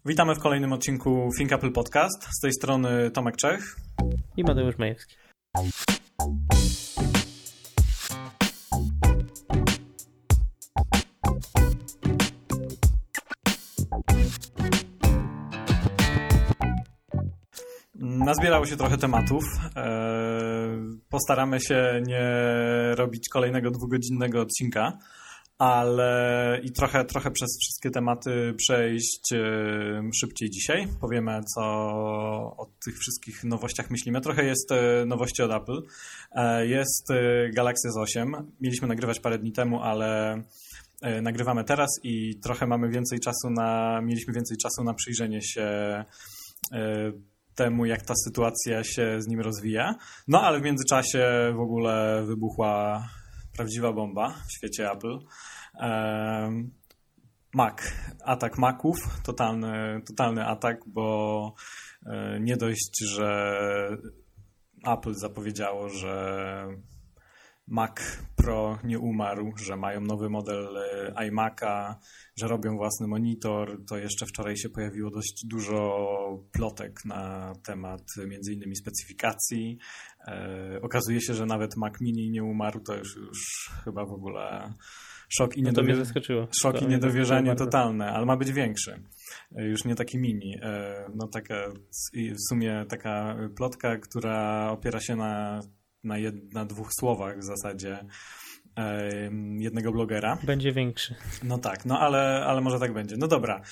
Witamy w kolejnym odcinku Think Apple Podcast. Z tej strony Tomek Czech i Mateusz Majewski. Nazbierało się trochę tematów. Postaramy się nie robić kolejnego 2-godzinnego odcinka, ale i trochę przez wszystkie tematy przejść szybciej dzisiaj. Powiemy, co o tych wszystkich nowościach myślimy. Trochę jest nowości od Apple. Jest Galaxy S8. Mieliśmy nagrywać parę dni temu, ale nagrywamy teraz i trochę mieliśmy więcej czasu na przyjrzenie się temu, jak ta sytuacja się z nim rozwija. No ale w międzyczasie w ogóle wybuchła prawdziwa bomba w świecie Apple. Atak Maców, totalny atak, bo nie dość, że Apple zapowiedziało, że Mac Pro nie umarł, że mają nowy model iMac'a, że robią własny monitor, to jeszcze wczoraj się pojawiło dość dużo plotek na temat między innymi specyfikacji. Okazuje się, że nawet Mac Mini nie umarł, to już chyba w ogóle szok i niedowierzanie totalne, ale ma być większy, już nie taki mini. No taka w sumie taka plotka, która opiera się na 2 słowach w zasadzie jednego blogera. Będzie większy. No tak, no ale może tak będzie. No dobra.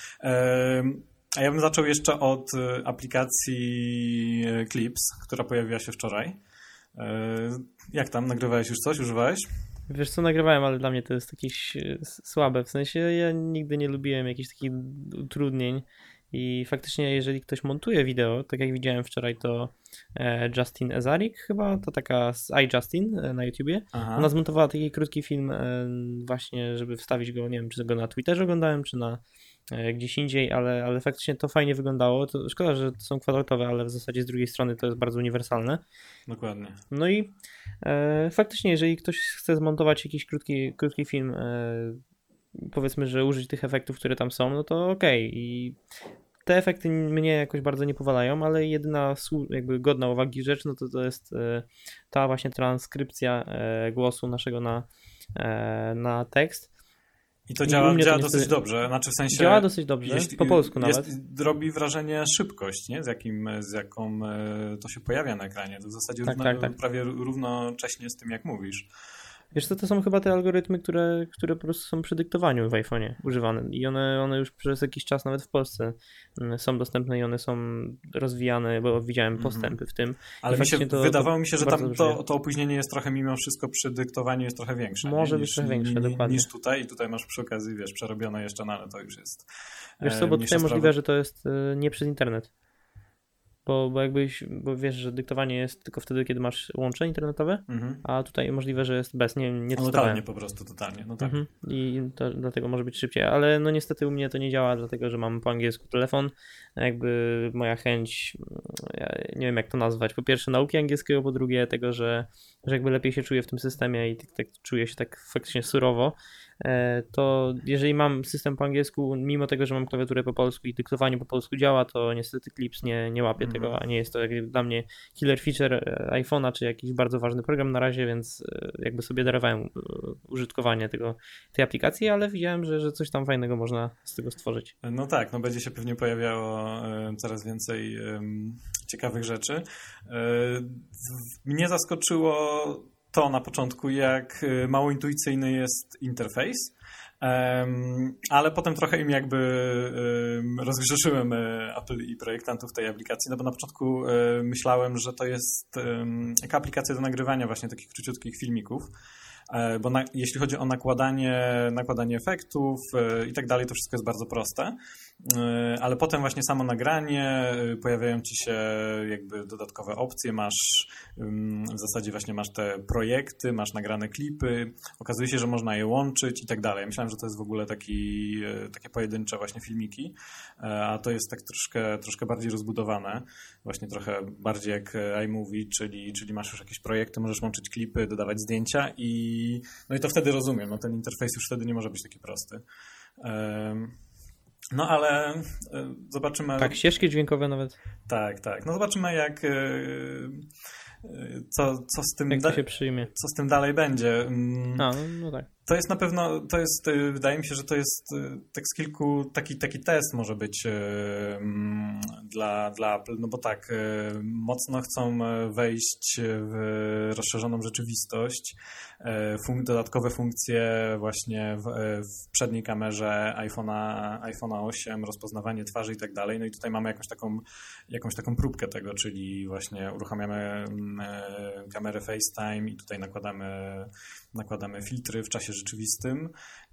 A ja bym zaczął jeszcze od aplikacji Clips, która pojawiła się wczoraj. Jak tam? Nagrywałeś już coś? Używałeś? Wiesz co, nagrywałem, ale dla mnie to jest jakieś słabe. W sensie ja nigdy nie lubiłem jakichś takich utrudnień. I faktycznie, jeżeli ktoś montuje wideo, tak jak widziałem wczoraj, to Justin Ezarik chyba, to taka z iJustin na YouTubie. Aha. Ona zmontowała taki krótki film właśnie, żeby wstawić go, nie wiem, czy go na Twitterze oglądałem, czy na gdzieś indziej, ale faktycznie to fajnie wyglądało. To szkoda, że to są kwadratowe, ale w zasadzie z drugiej strony to jest bardzo uniwersalne. Dokładnie. No i faktycznie, jeżeli ktoś chce zmontować jakiś krótki film, powiedzmy, że użyć tych efektów, które tam są, no to okej. I te efekty mnie jakoś bardzo nie powalają, ale jedyna jakby godna uwagi rzecz, no to jest ta właśnie transkrypcja głosu naszego na tekst. I to działa dosyć dobrze, znaczy w sensie... Działa dosyć dobrze, po polsku nawet. Robi wrażenie szybkość, nie? Z jaką to się pojawia na ekranie. To w zasadzie tak. prawie równocześnie z tym, jak mówisz. Wiesz co, to są chyba te algorytmy, które po prostu są przy dyktowaniu w iPhone'ie używane i one już przez jakiś czas nawet w Polsce są dostępne i one są rozwijane, bo widziałem postępy w tym. Ale wydawało mi się, że tam to opóźnienie jest trochę mimo wszystko przy dyktowaniu jest trochę większe. Może być trochę większe, dokładnie. Niż tutaj i tutaj masz przy okazji, przerobione jeszcze, no ale to już jest... Wiesz co, bo tutaj możliwe, że to jest nie przez internet. Bo wiesz, że dyktowanie jest tylko wtedy, kiedy masz łącze internetowe, a tutaj możliwe, że jest bez, nie testowałem. Totalnie po prostu, no tak. I to dlatego może być szybciej, ale no niestety u mnie to nie działa, dlatego że mam po angielsku telefon, jakby moja chęć, ja nie wiem jak to nazwać, po pierwsze nauki angielskiego, po drugie tego, że jakby lepiej się czuję w tym systemie i tak czuję się tak faktycznie surowo, to jeżeli mam system po angielsku, mimo tego, że mam klawiaturę po polsku i dyktowanie po polsku działa, to niestety Clips nie łapie tego, a nie jest to dla mnie killer feature iPhone'a, czy jakiś bardzo ważny program na razie, więc jakby sobie darowałem użytkowanie tej aplikacji, ale widziałem, że coś tam fajnego można z tego stworzyć. No tak, no będzie się pewnie pojawiało coraz więcej ciekawych rzeczy. Mnie zaskoczyło to na początku, jak mało intuicyjny jest interfejs, ale potem trochę im jakby rozgrzeszyłem Apple i projektantów tej aplikacji, no bo na początku myślałem, że to jest taka aplikacja do nagrywania właśnie takich króciutkich filmików, bo jeśli chodzi o nakładanie efektów i tak dalej, to wszystko jest bardzo proste, ale potem właśnie samo nagranie, pojawiają ci się jakby dodatkowe opcje, masz w zasadzie właśnie masz te projekty, masz nagrane klipy, okazuje się, że można je łączyć i tak dalej. Myślałem, że to jest w ogóle takie pojedyncze właśnie filmiki, a to jest tak troszkę bardziej rozbudowane, właśnie trochę bardziej jak iMovie, czyli masz już jakieś projekty, możesz łączyć klipy, dodawać zdjęcia no i to wtedy rozumiem, no ten interfejs już wtedy nie może być taki prosty. No ale zobaczymy. Tak, ścieżki dźwiękowe nawet. Tak. No zobaczymy co z tym Jak to się przyjmie. co z tym dalej będzie. No tak. To jest na pewno, wydaje mi się, że to jest tak z kilku, taki test może być dla Apple, no bo tak, mocno chcą wejść w rozszerzoną rzeczywistość, dodatkowe funkcje właśnie w przedniej kamerze iPhone'a 8, rozpoznawanie twarzy i tak dalej, no i tutaj mamy jakąś taką próbkę tego, czyli właśnie uruchamiamy kamerę FaceTime i tutaj nakładamy filtry w czasie rzeczywistym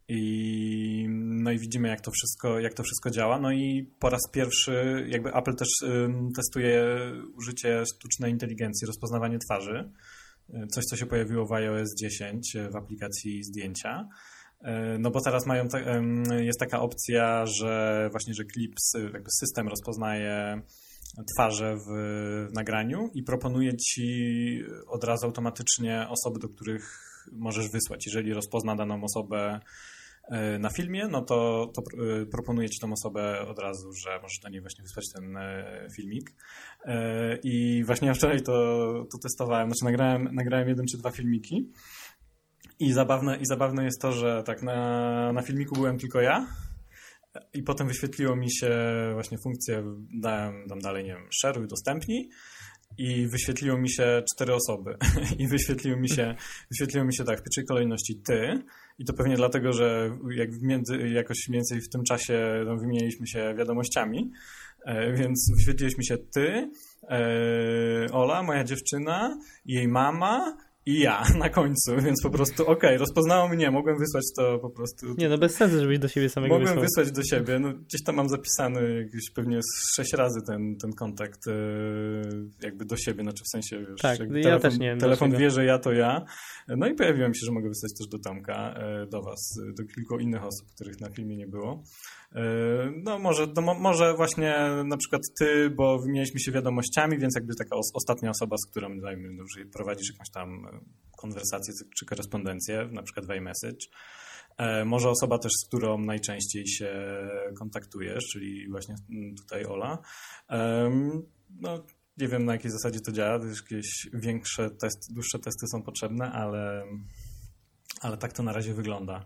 no i widzimy jak to wszystko działa. No i po raz pierwszy jakby Apple też testuje użycie sztucznej inteligencji, rozpoznawanie twarzy. Coś, co się pojawiło w iOS 10 w aplikacji zdjęcia. No bo teraz jest taka opcja, że Clips, jakby system rozpoznaje twarze w nagraniu i proponuje ci od razu automatycznie osoby, do których możesz wysłać. Jeżeli rozpozna daną osobę na filmie, no to proponuje ci tą osobę od razu, że możesz do niej właśnie wysłać ten filmik. I właśnie ja wczoraj to testowałem, znaczy nagrałem 1 czy 2 filmiki i zabawne jest to, że tak na filmiku byłem tylko ja. I potem wyświetliło mi się właśnie funkcję, dałem tam dalej, nie wiem, share, udostępnij i wyświetliło mi się 4 osoby. I wyświetliło mi się tak, w pierwszej kolejności ty i to pewnie dlatego, że jakoś mniej więcej w tym czasie wymieniliśmy się wiadomościami, więc wyświetliłeś mi się ty, Ola, moja dziewczyna, jej mama i ja na końcu, więc po prostu rozpoznało mnie, mogłem wysłać to po prostu. Nie, no bez sensu, żebyś do siebie samego mogłem wysłać do siebie, no gdzieś tam mam zapisany jakieś pewnie 6 razy ten kontakt jakby do siebie, znaczy w sensie wiesz, tak, ja też nie wiem. Telefon wie, że ja to ja, no i pojawiło mi się, że mogę wysłać też do Tomka, do was, do kilku innych osób, których na filmie nie było. No może właśnie na przykład ty, bo wymieniliśmy się wiadomościami, więc jakby taka ostatnia osoba, z którą prowadzisz jakąś tam konwersację czy korespondencję, na przykład w iMessage. Może osoba też, z którą najczęściej się kontaktujesz, czyli właśnie tutaj Ola. No nie wiem, na jakiej zasadzie to działa, też jakieś dłuższe testy są potrzebne, ale tak to na razie wygląda.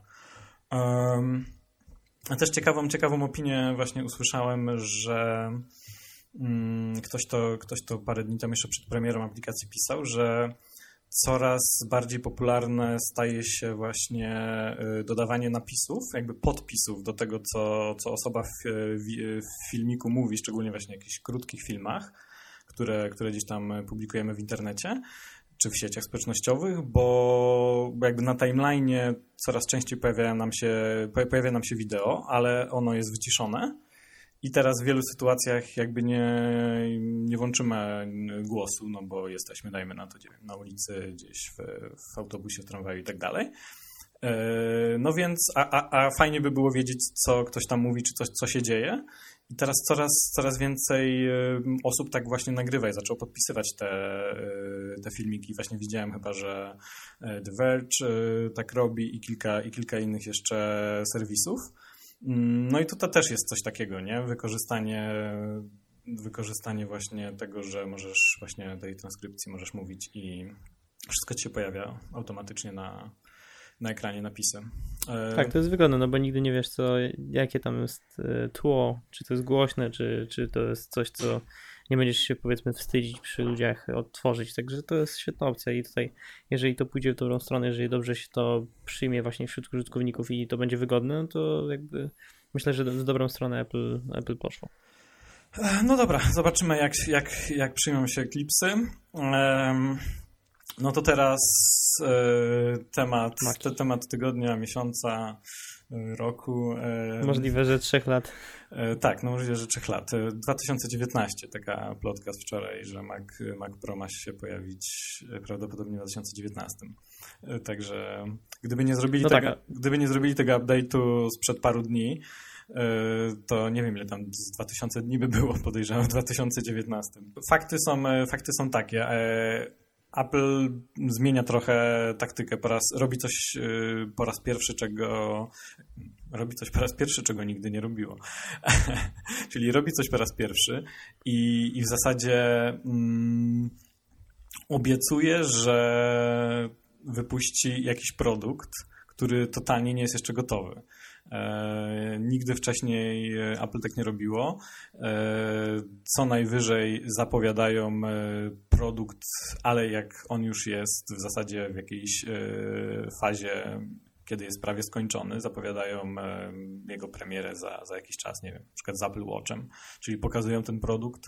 A też ciekawą opinię właśnie usłyszałem, że ktoś to parę dni temu jeszcze przed premierą aplikacji pisał, że coraz bardziej popularne staje się właśnie dodawanie napisów, jakby podpisów do tego, co osoba w filmiku mówi, szczególnie właśnie w jakichś krótkich filmach, które gdzieś tam publikujemy w internecie czy w sieciach społecznościowych, bo jakby na timeline'ie coraz częściej pojawia nam się wideo, ale ono jest wyciszone i teraz w wielu sytuacjach jakby nie włączymy głosu, no bo jesteśmy, dajmy na to, na ulicy, gdzieś w autobusie, w tramwaju i tak dalej. No więc, a fajnie by było wiedzieć, co ktoś tam mówi, czy co się dzieje. I teraz coraz więcej osób tak właśnie nagrywa i zaczęło podpisywać te filmiki. Właśnie widziałem chyba, że The Verge tak robi i kilka innych jeszcze serwisów. No i tutaj też jest coś takiego, nie? Wykorzystanie właśnie tego, że możesz właśnie tej transkrypcji możesz mówić i wszystko ci się pojawia automatycznie na ekranie napisy. Tak, to jest wygodne, no bo nigdy nie wiesz, jakie tam jest tło, czy to jest głośne, czy to jest coś, co nie będziesz się, powiedzmy, wstydzić przy ludziach odtworzyć, także to jest świetna opcja i tutaj, jeżeli to pójdzie w dobrą stronę, jeżeli dobrze się to przyjmie właśnie wśród użytkowników i to będzie wygodne, no to jakby myślę, że w dobrą stronę Apple poszło. No dobra, zobaczymy jak przyjmą się Clipsy. No to teraz temat tygodnia, miesiąca, roku. Możliwe, że 3 lat. Tak, no możliwe, że 3 lat. 2019, taka plotka z wczoraj, że Mac Pro ma się pojawić prawdopodobnie w 2019. Także gdyby nie zrobili tego update'u sprzed paru dni, to nie wiem, ile tam z 2000 dni by było, podejrzewam, w 2019. Fakty są takie. Apple zmienia trochę taktykę, robi coś po raz pierwszy, czego robi coś po raz pierwszy, czego nigdy nie robiło. Czyli robi coś po raz pierwszy i w zasadzie obiecuje, że wypuści jakiś produkt, który totalnie nie jest jeszcze gotowy. Nigdy wcześniej Apple tak nie robiło. Co najwyżej zapowiadają produkt, ale jak on już jest w zasadzie w jakiejś fazie, kiedy jest prawie skończony, zapowiadają jego premierę za jakiś czas, nie wiem, na przykład z Apple Watchem, czyli pokazują ten produkt,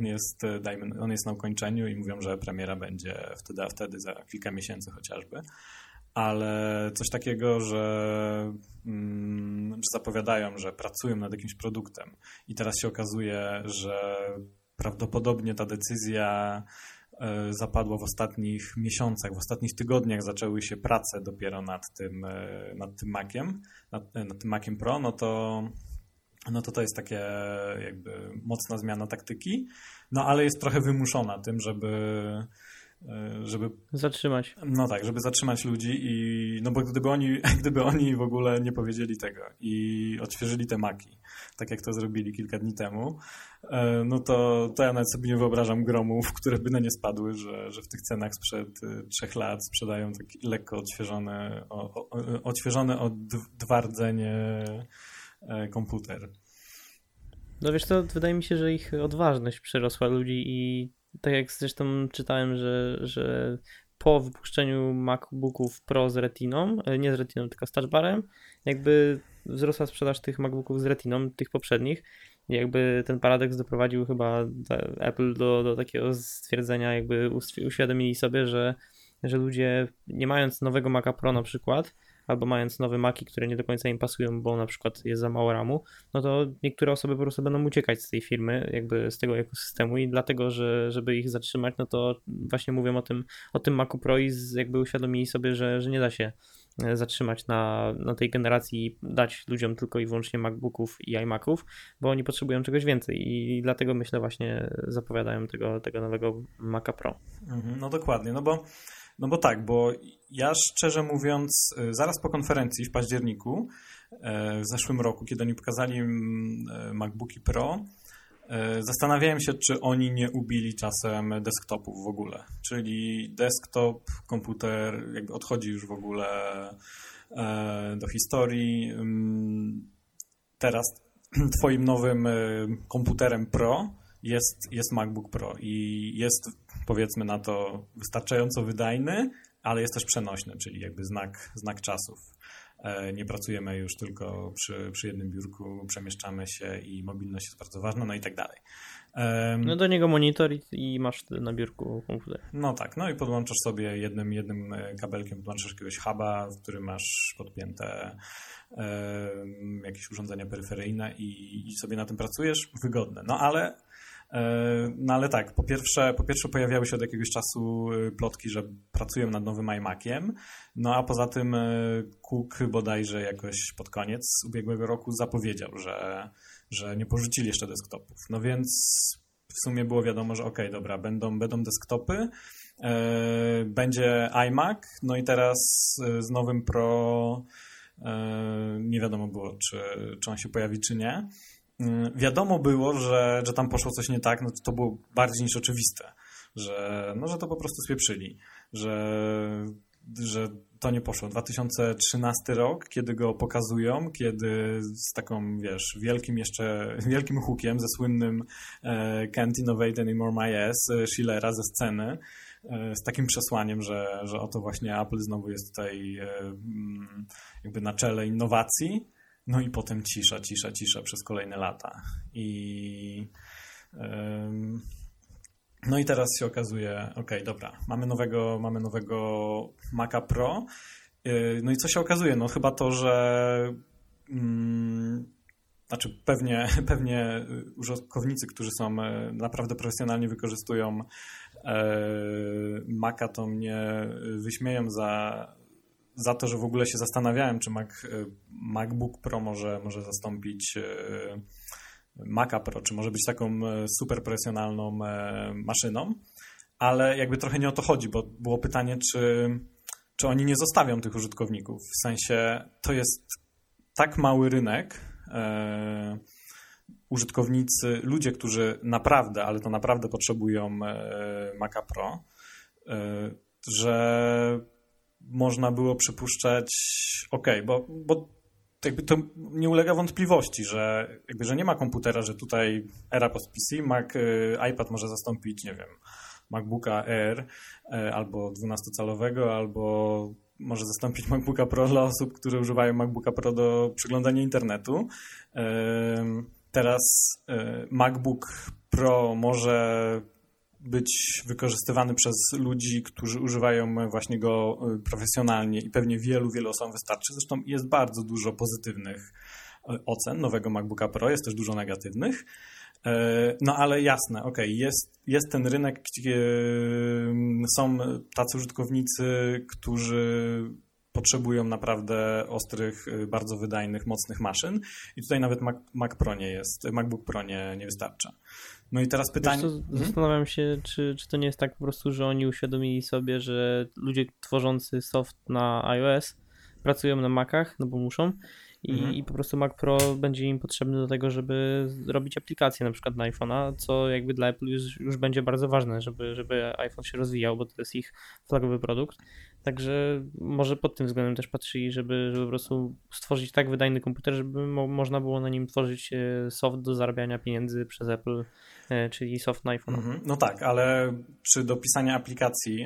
on jest na ukończeniu i mówią, że premiera będzie wtedy, a wtedy, za kilka miesięcy chociażby. Ale coś takiego, że zapowiadają, że pracują nad jakimś produktem i teraz się okazuje, że prawdopodobnie ta decyzja zapadła w ostatnich miesiącach, w ostatnich tygodniach zaczęły się prace dopiero nad tym Maciem, nad tym Maciem Pro, no to jest takie jakby mocna zmiana taktyki, no ale jest trochę wymuszona tym, żeby zatrzymać. No tak, żeby zatrzymać ludzi no bo gdyby oni w ogóle nie powiedzieli tego i odświeżyli te Maki, tak jak to zrobili kilka dni temu, no to ja nawet sobie nie wyobrażam gromów, które by na nie spadły, że w tych cenach sprzed 3 lat sprzedają taki lekko odświeżony od 2 rdzenie komputer. No wiesz co, wydaje mi się, że ich odważność przerosła ludzi i tak jak zresztą czytałem, że po wypuszczeniu MacBooków Pro z Retiną, nie z Retiną, tylko z Touch Barem, jakby wzrosła sprzedaż tych MacBooków z Retiną, tych poprzednich. I jakby ten paradoks doprowadził chyba Apple do takiego stwierdzenia, jakby uświadomili sobie, że ludzie nie mając nowego Maca Pro na przykład, albo mając nowe Maci, które nie do końca im pasują, bo na przykład jest za mało RAMu, no to niektóre osoby po prostu będą uciekać z tej firmy, jakby z tego ekosystemu i dlatego, żeby ich zatrzymać, no to właśnie mówią o tym Macu Pro i jakby uświadomili sobie, że nie da się zatrzymać na tej generacji i dać ludziom tylko i wyłącznie MacBooków i iMaców, bo oni potrzebują czegoś więcej i dlatego myślę właśnie zapowiadają tego nowego Maca Pro. No dokładnie, no bo tak, bo ja szczerze mówiąc, zaraz po konferencji w październiku w zeszłym roku, kiedy oni pokazali MacBooki Pro, zastanawiałem się, czy oni nie ubili czasem desktopów w ogóle. Czyli desktop, komputer jakby odchodzi już w ogóle do historii. Teraz twoim nowym komputerem Pro jest MacBook Pro i jest, powiedzmy na to, wystarczająco wydajny, ale jest też przenośny, czyli jakby znak czasów. Nie pracujemy już tylko przy jednym biurku, przemieszczamy się i mobilność jest bardzo ważna, no i tak dalej. No do niego monitor i masz na biurku komputer. No tak, no i podłączasz sobie jednym kabelkiem, podłączasz jakiegoś huba, w którym masz podpięte jakieś urządzenia peryferyjne i sobie na tym pracujesz, wygodne. No ale tak, po pierwsze pojawiały się od jakiegoś czasu plotki, że pracują nad nowym iMaciem, no a poza tym Cook bodajże jakoś pod koniec ubiegłego roku zapowiedział, że nie porzucili jeszcze desktopów. No więc w sumie było wiadomo, że okej, dobra, będą desktopy, będzie iMac, no i teraz z nowym Pro nie wiadomo było, czy on się pojawi, czy nie. Wiadomo było, że tam poszło coś nie tak, no to było bardziej niż oczywiste, że to po prostu spieprzyli, że to nie poszło. 2013 rok, kiedy go pokazują, kiedy z taką, wiesz, wielkim hookiem, ze słynnym Can't Innovate Anymore My Ass Schillera ze sceny, z takim przesłaniem, że oto właśnie Apple znowu jest tutaj jakby na czele innowacji. No i potem cisza przez kolejne lata. No i teraz się okazuje, okej, dobra, mamy nowego Maca Pro. No i co się okazuje? No chyba to, że znaczy pewnie użytkownicy, którzy są naprawdę profesjonalnie wykorzystują Maca, to mnie wyśmieją za to, że w ogóle się zastanawiałem, czy MacBook Pro może zastąpić Maca Pro, czy może być taką super profesjonalną maszyną, ale jakby trochę nie o to chodzi, bo było pytanie, czy oni nie zostawią tych użytkowników, w sensie to jest tak mały rynek, użytkownicy, ludzie, którzy naprawdę, ale to naprawdę potrzebują Maca Pro, że można było przypuszczać, bo jakby to nie ulega wątpliwości, że nie ma komputera, że tutaj era post PC, iPad może zastąpić, nie wiem, MacBooka Air albo 12-calowego, albo może zastąpić MacBooka Pro dla osób, które używają MacBooka Pro do przeglądania internetu. Teraz MacBook Pro może być wykorzystywany przez ludzi, którzy używają właśnie go profesjonalnie i pewnie wielu osobom wystarczy. Zresztą jest bardzo dużo pozytywnych ocen nowego MacBooka Pro, jest też dużo negatywnych. No ale jasne, jest ten rynek, gdzie są tacy użytkownicy, którzy potrzebują naprawdę ostrych, bardzo wydajnych, mocnych maszyn i tutaj nawet MacBook Pro nie wystarcza. No i teraz pytanie... Zastanawiam się, czy to nie jest tak po prostu, że oni uświadomili sobie, że ludzie tworzący soft na iOS pracują na Macach, no bo muszą i po prostu Mac Pro będzie im potrzebny do tego, żeby robić aplikacje na przykład na iPhone'a, co jakby dla Apple już będzie bardzo ważne, żeby iPhone się rozwijał, bo to jest ich flagowy produkt. Także może pod tym względem też patrzyli, żeby po prostu stworzyć tak wydajny komputer, żeby można było na nim tworzyć soft do zarabiania pieniędzy przez Apple, czyli soft na iPhone. No tak, ale czy do pisania aplikacji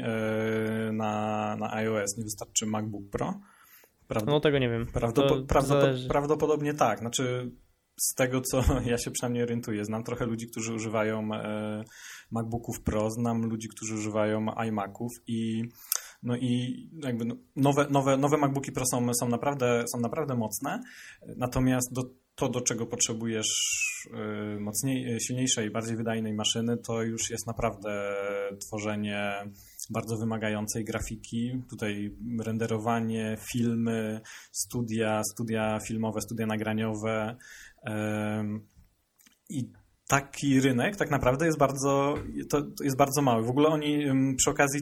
na iOS nie wystarczy MacBook Pro? No tego nie wiem. Prawdopodobnie tak. Znaczy z tego, co ja się przynajmniej orientuję, znam trochę ludzi, którzy używają MacBooków Pro, znam ludzi, którzy używają iMaców i jakby nowe MacBooki Pro są naprawdę mocne, natomiast do czego potrzebujesz silniejszej, bardziej wydajnej maszyny, to już jest naprawdę tworzenie bardzo wymagającej grafiki, tutaj renderowanie, filmy, studia filmowe, studia nagraniowe i taki rynek tak naprawdę jest bardzo mały. W ogóle oni przy okazji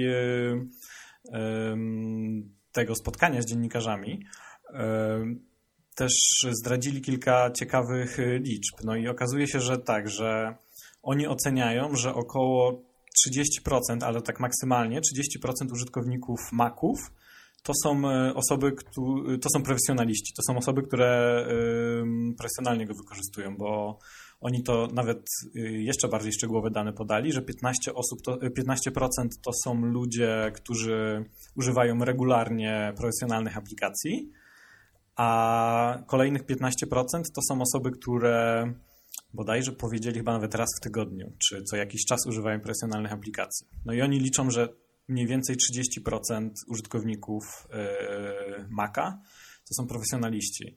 tego spotkania z dziennikarzami też zdradzili kilka ciekawych liczb. No i okazuje się, że tak, że oni oceniają, że około 30%, ale tak maksymalnie 30% użytkowników Maców to są osoby, to są profesjonaliści, to są osoby, które profesjonalnie go wykorzystują, bo oni to nawet jeszcze bardziej szczegółowe dane podali, że 15% to są ludzie, którzy używają regularnie profesjonalnych aplikacji, a kolejnych 15% to są osoby, które bodajże powiedzieli chyba nawet raz w tygodniu, czy co jakiś czas używają profesjonalnych aplikacji. No i oni liczą, że mniej więcej 30% użytkowników Maca to są profesjonaliści.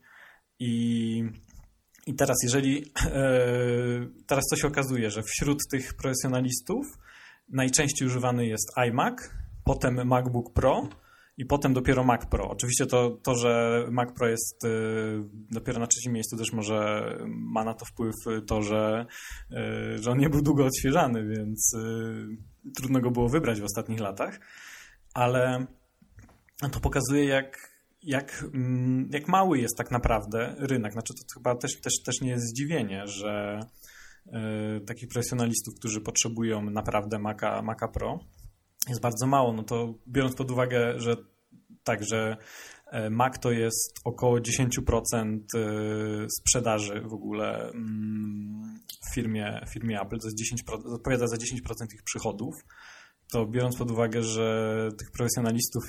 I teraz teraz co się okazuje, że wśród tych profesjonalistów najczęściej używany jest iMac, potem MacBook Pro i potem dopiero Mac Pro. Oczywiście to że Mac Pro jest dopiero na trzecim miejscu, też może ma na to wpływ to, że on nie był długo odświeżany, więc trudno go było wybrać w ostatnich latach, ale to pokazuje, jak mały jest tak naprawdę rynek. Znaczy to chyba też nie jest zdziwienie, że takich profesjonalistów, którzy potrzebują naprawdę Maca Pro jest bardzo mało. No to biorąc pod uwagę, że Mac to jest około 10% sprzedaży w ogóle w firmie Apple, to jest 10%, odpowiada za 10% ich przychodów, to biorąc pod uwagę, że tych profesjonalistów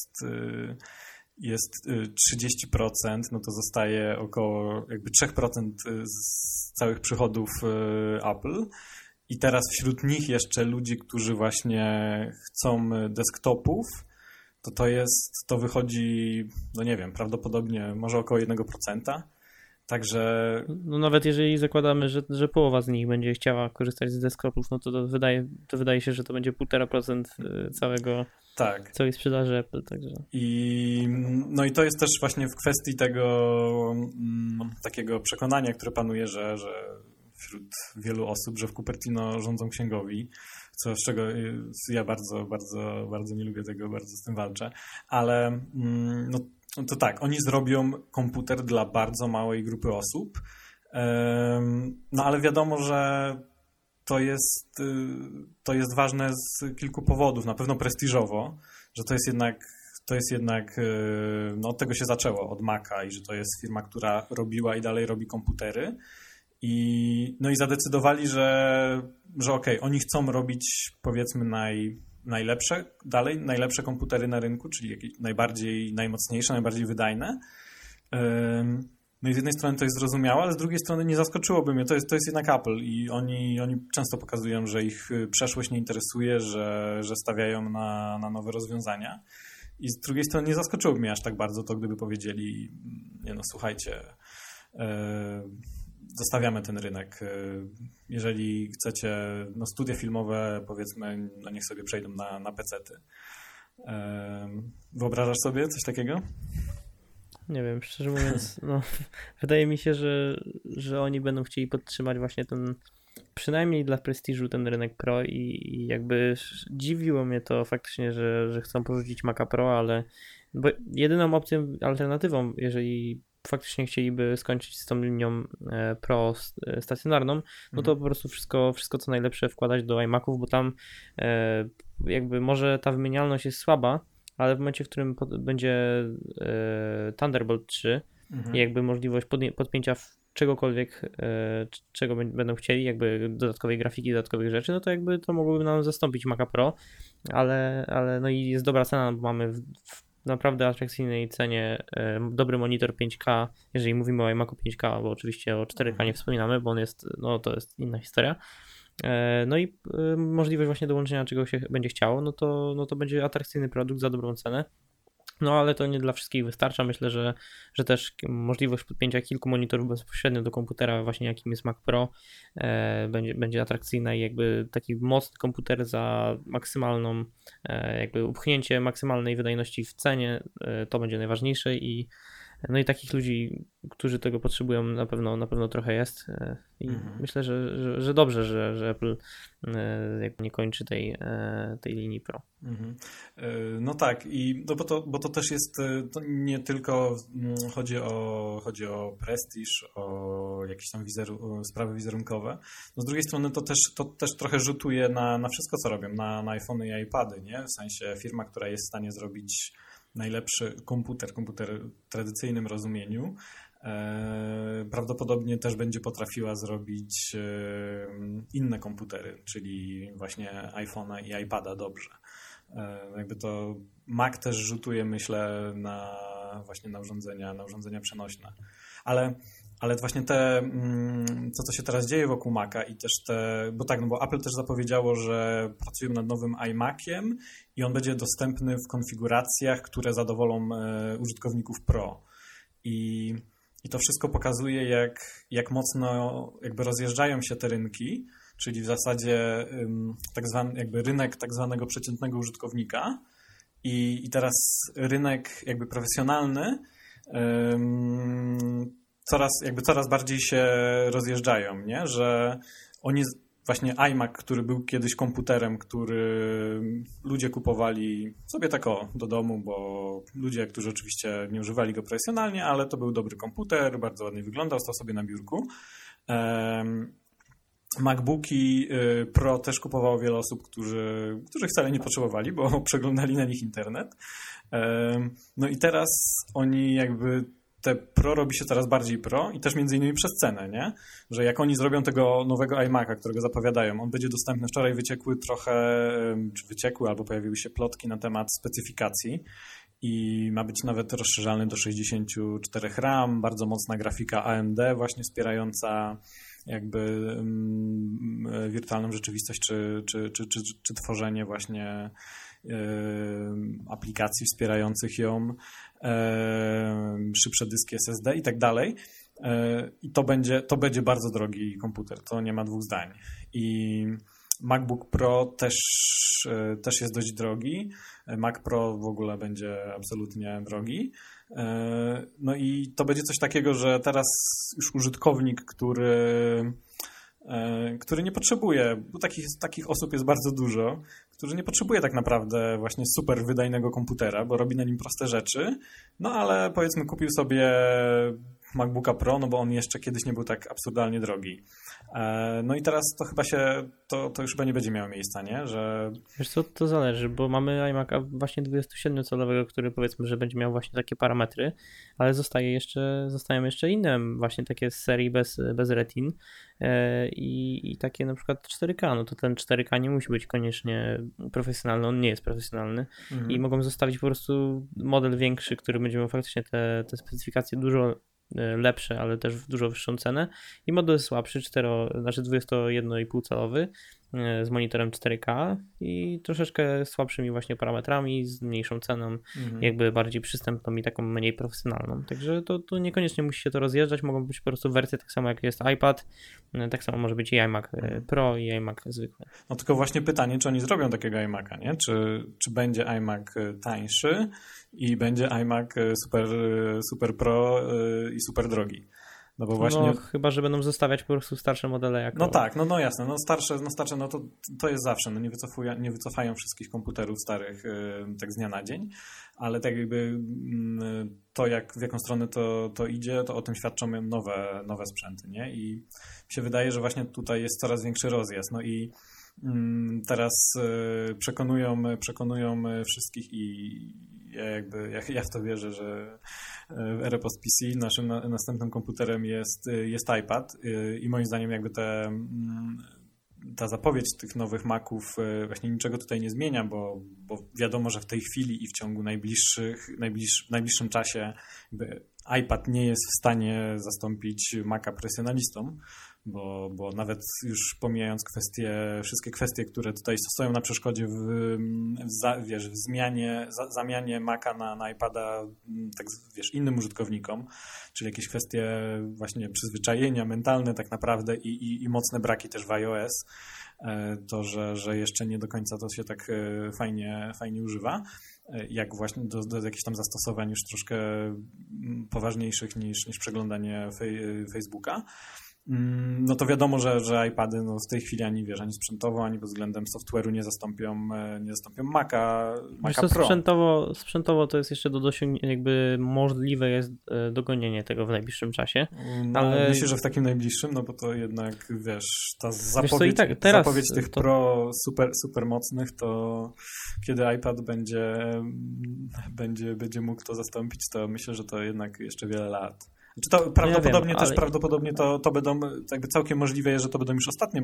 jest 30%, no to zostaje około jakby 3% z całych przychodów Apple. I teraz wśród nich jeszcze ludzi, którzy właśnie chcą desktopów, to wychodzi, no nie wiem, prawdopodobnie może około 1%. Także... No nawet jeżeli zakładamy, że połowa z nich będzie chciała korzystać z desktopów, no to wydaje się, że to będzie 1,5% całej sprzedaży Apple. Także. No i to jest też właśnie w kwestii tego takiego przekonania, które panuje, że wśród wielu osób, że w Cupertino rządzą księgowi, z czego ja bardzo, bardzo, bardzo nie lubię tego, bardzo z tym walczę, ale no, to tak, oni zrobią komputer dla bardzo małej grupy osób, no ale wiadomo, że to jest ważne z kilku powodów. Na pewno prestiżowo, że to jest jednak no od tego się zaczęło, od Maca i że to jest firma, która robiła i dalej robi komputery. No i zadecydowali, że okej, oni chcą robić powiedzmy najlepsze komputery na rynku, czyli jakieś najmocniejsze, najbardziej wydajne. No i z jednej strony to jest zrozumiałe, ale z drugiej strony nie zaskoczyłoby mnie. To jest jednak Apple i oni często pokazują, że ich przeszłość nie interesuje, że stawiają na nowe rozwiązania. I z drugiej strony nie zaskoczyłoby mnie aż tak bardzo to, gdyby powiedzieli, nie no słuchajcie, zostawiamy ten rynek. Jeżeli chcecie, no studia filmowe powiedzmy, no niech sobie przejdą na PC-ty. Wyobrażasz sobie coś takiego? Nie wiem, szczerze mówiąc, no, wydaje mi się, że oni będą chcieli podtrzymać właśnie ten, przynajmniej dla prestiżu, ten rynek Pro i jakby dziwiło mnie to faktycznie, że chcą porzucić Maca Pro, ale bo jedyną opcją, alternatywą, jeżeli faktycznie chcieliby skończyć z tą linią Pro stacjonarną, no to po prostu wszystko co najlepsze wkładać do iMaców, bo tam jakby może ta wymienialność jest słaba, ale w momencie, w którym będzie Thunderbolt 3 i jakby możliwość podpięcia czegokolwiek, czego będą chcieli, jakby dodatkowej grafiki, dodatkowych rzeczy, no to jakby to mogłoby nam zastąpić Maca Pro, ale no i jest dobra cena, bo mamy w naprawdę atrakcyjnej cenie dobry monitor 5K, jeżeli mówimy o iMacu 5K, bo oczywiście o 4K nie wspominamy, bo on jest, no to jest inna historia. No i możliwość właśnie dołączenia czego się będzie chciało, no to będzie atrakcyjny produkt za dobrą cenę. No ale to nie dla wszystkich wystarcza. Myślę, że też możliwość podpięcia kilku monitorów bezpośrednio do komputera, właśnie jakim jest Mac Pro, będzie atrakcyjna i jakby taki mocny komputer za maksymalną, jakby upchnięcie maksymalnej wydajności w cenie, to będzie najważniejsze no i takich ludzi, którzy tego potrzebują, na pewno trochę jest i myślę, że dobrze, że Apple jakby nie kończy tej linii Pro. No tak, bo to też jest, to nie tylko chodzi o prestiż, o jakieś tam sprawy wizerunkowe. No z drugiej strony to też trochę rzutuje na wszystko, co robią, na iPhony i iPady, nie? W sensie firma, która jest w stanie zrobić najlepszy komputer w tradycyjnym rozumieniu, prawdopodobnie też będzie potrafiła zrobić inne komputery, czyli właśnie iPhone'a i iPada dobrze. Jakby to Mac też rzutuje, myślę, właśnie na urządzenia przenośne. Ale właśnie to, co się teraz dzieje wokół Maca i też bo Apple też zapowiedziało, że pracują nad nowym iMaciem i on będzie dostępny w konfiguracjach, które zadowolą użytkowników Pro. I to wszystko pokazuje, jak mocno jakby rozjeżdżają się te rynki, czyli w zasadzie jakby rynek tak zwanego przeciętnego użytkownika i teraz rynek jakby profesjonalny coraz bardziej się rozjeżdżają, nie? Że oni właśnie iMac, który był kiedyś komputerem, który ludzie kupowali sobie tak do domu, bo ludzie, którzy oczywiście nie używali go profesjonalnie, ale to był dobry komputer, bardzo ładnie wyglądał, stał sobie na biurku. MacBooki Pro też kupowało wiele osób, którzy wcale nie potrzebowali, bo przeglądali na nich internet. No i teraz oni jakby te Pro robi się coraz bardziej Pro i też między innymi przez cenę, nie? Że jak oni zrobią tego nowego iMac'a, którego zapowiadają, on będzie dostępny. Wczoraj wyciekły albo pojawiły się plotki na temat specyfikacji i ma być nawet rozszerzalny do 64 RAM, bardzo mocna grafika AMD właśnie wspierająca jakby wirtualną rzeczywistość czy tworzenie właśnie aplikacji wspierających ją, szybsze dyski SSD i tak dalej. I to będzie bardzo drogi komputer, to nie ma dwóch zdań. I MacBook Pro też jest dość drogi. Mac Pro w ogóle będzie absolutnie drogi. No i to będzie coś takiego, że teraz już użytkownik, który który nie potrzebuje, bo takich osób jest bardzo dużo, który nie potrzebuje tak naprawdę właśnie super wydajnego komputera, bo robi na nim proste rzeczy, no ale powiedzmy kupił sobie MacBooka Pro, no bo on jeszcze kiedyś nie był tak absurdalnie drogi. No i teraz to chyba to już chyba nie będzie miało miejsca, nie? Że... Wiesz co, to zależy, bo mamy iMac'a właśnie 27-calowego, który powiedzmy, że będzie miał właśnie takie parametry, ale zostają jeszcze inne właśnie takie z serii bez retin i takie na przykład 4K, no to ten 4K nie musi być koniecznie profesjonalny, on nie jest profesjonalny i mogą zostawić po prostu model większy, który będzie miał faktycznie te specyfikacje dużo lepsze, ale też w dużo wyższą cenę i model słabszy, 21,5 calowy z monitorem 4K i troszeczkę słabszymi właśnie parametrami, z mniejszą ceną, jakby bardziej przystępną i taką mniej profesjonalną. Także to niekoniecznie musi się to rozjeżdżać, mogą być po prostu wersje tak samo jak jest iPad, tak samo może być i iMac Pro i iMac zwykły. No tylko właśnie pytanie, czy oni zrobią takiego iMac'a, nie? Czy będzie iMac tańszy i będzie iMac super Pro i super drogi. No bo właśnie... No chyba, że będą zostawiać po prostu starsze modele jako... No tak, no jasne, starsze, no to jest zawsze, no nie wycofają wszystkich komputerów starych tak z dnia na dzień, ale tak jakby to w jaką stronę to idzie, to o tym świadczą nowe sprzęty, nie? I mi się wydaje, że właśnie tutaj jest coraz większy rozjazd, no i teraz przekonują wszystkich i ja w to wierzę, że w erę post PC naszym następnym komputerem jest iPad i moim zdaniem jakby ta zapowiedź tych nowych Maców właśnie niczego tutaj nie zmienia, bo wiadomo, że w tej chwili i w ciągu najbliższym czasie jakby iPad nie jest w stanie zastąpić Maca profesjonalistom, bo nawet już pomijając wszystkie kwestie, które tutaj stoją na przeszkodzie w zamianie Maca na iPada tak innym użytkownikom, czyli jakieś kwestie właśnie przyzwyczajenia mentalne tak naprawdę i mocne braki też w iOS, to, że jeszcze nie do końca to się tak fajnie używa, jak właśnie do jakichś tam zastosowań już troszkę poważniejszych niż przeglądanie Facebooka. No to wiadomo, że iPady w tej chwili ani sprzętowo, ani pod względem software'u nie zastąpią Maca Pro. Sprzętowo to jest jeszcze do dosięgnięcia, jakby możliwe jest dogonienie tego w najbliższym czasie. No, ale myślę, że w takim najbliższym, no bo to jednak ta zapowiedź, zapowiedź tych Pro super mocnych, to kiedy iPad będzie mógł to zastąpić, to myślę, że to jednak jeszcze wiele lat. Czy to prawdopodobnie ja wiem, prawdopodobnie to będą jakby całkiem możliwe, że to będą już ostatnie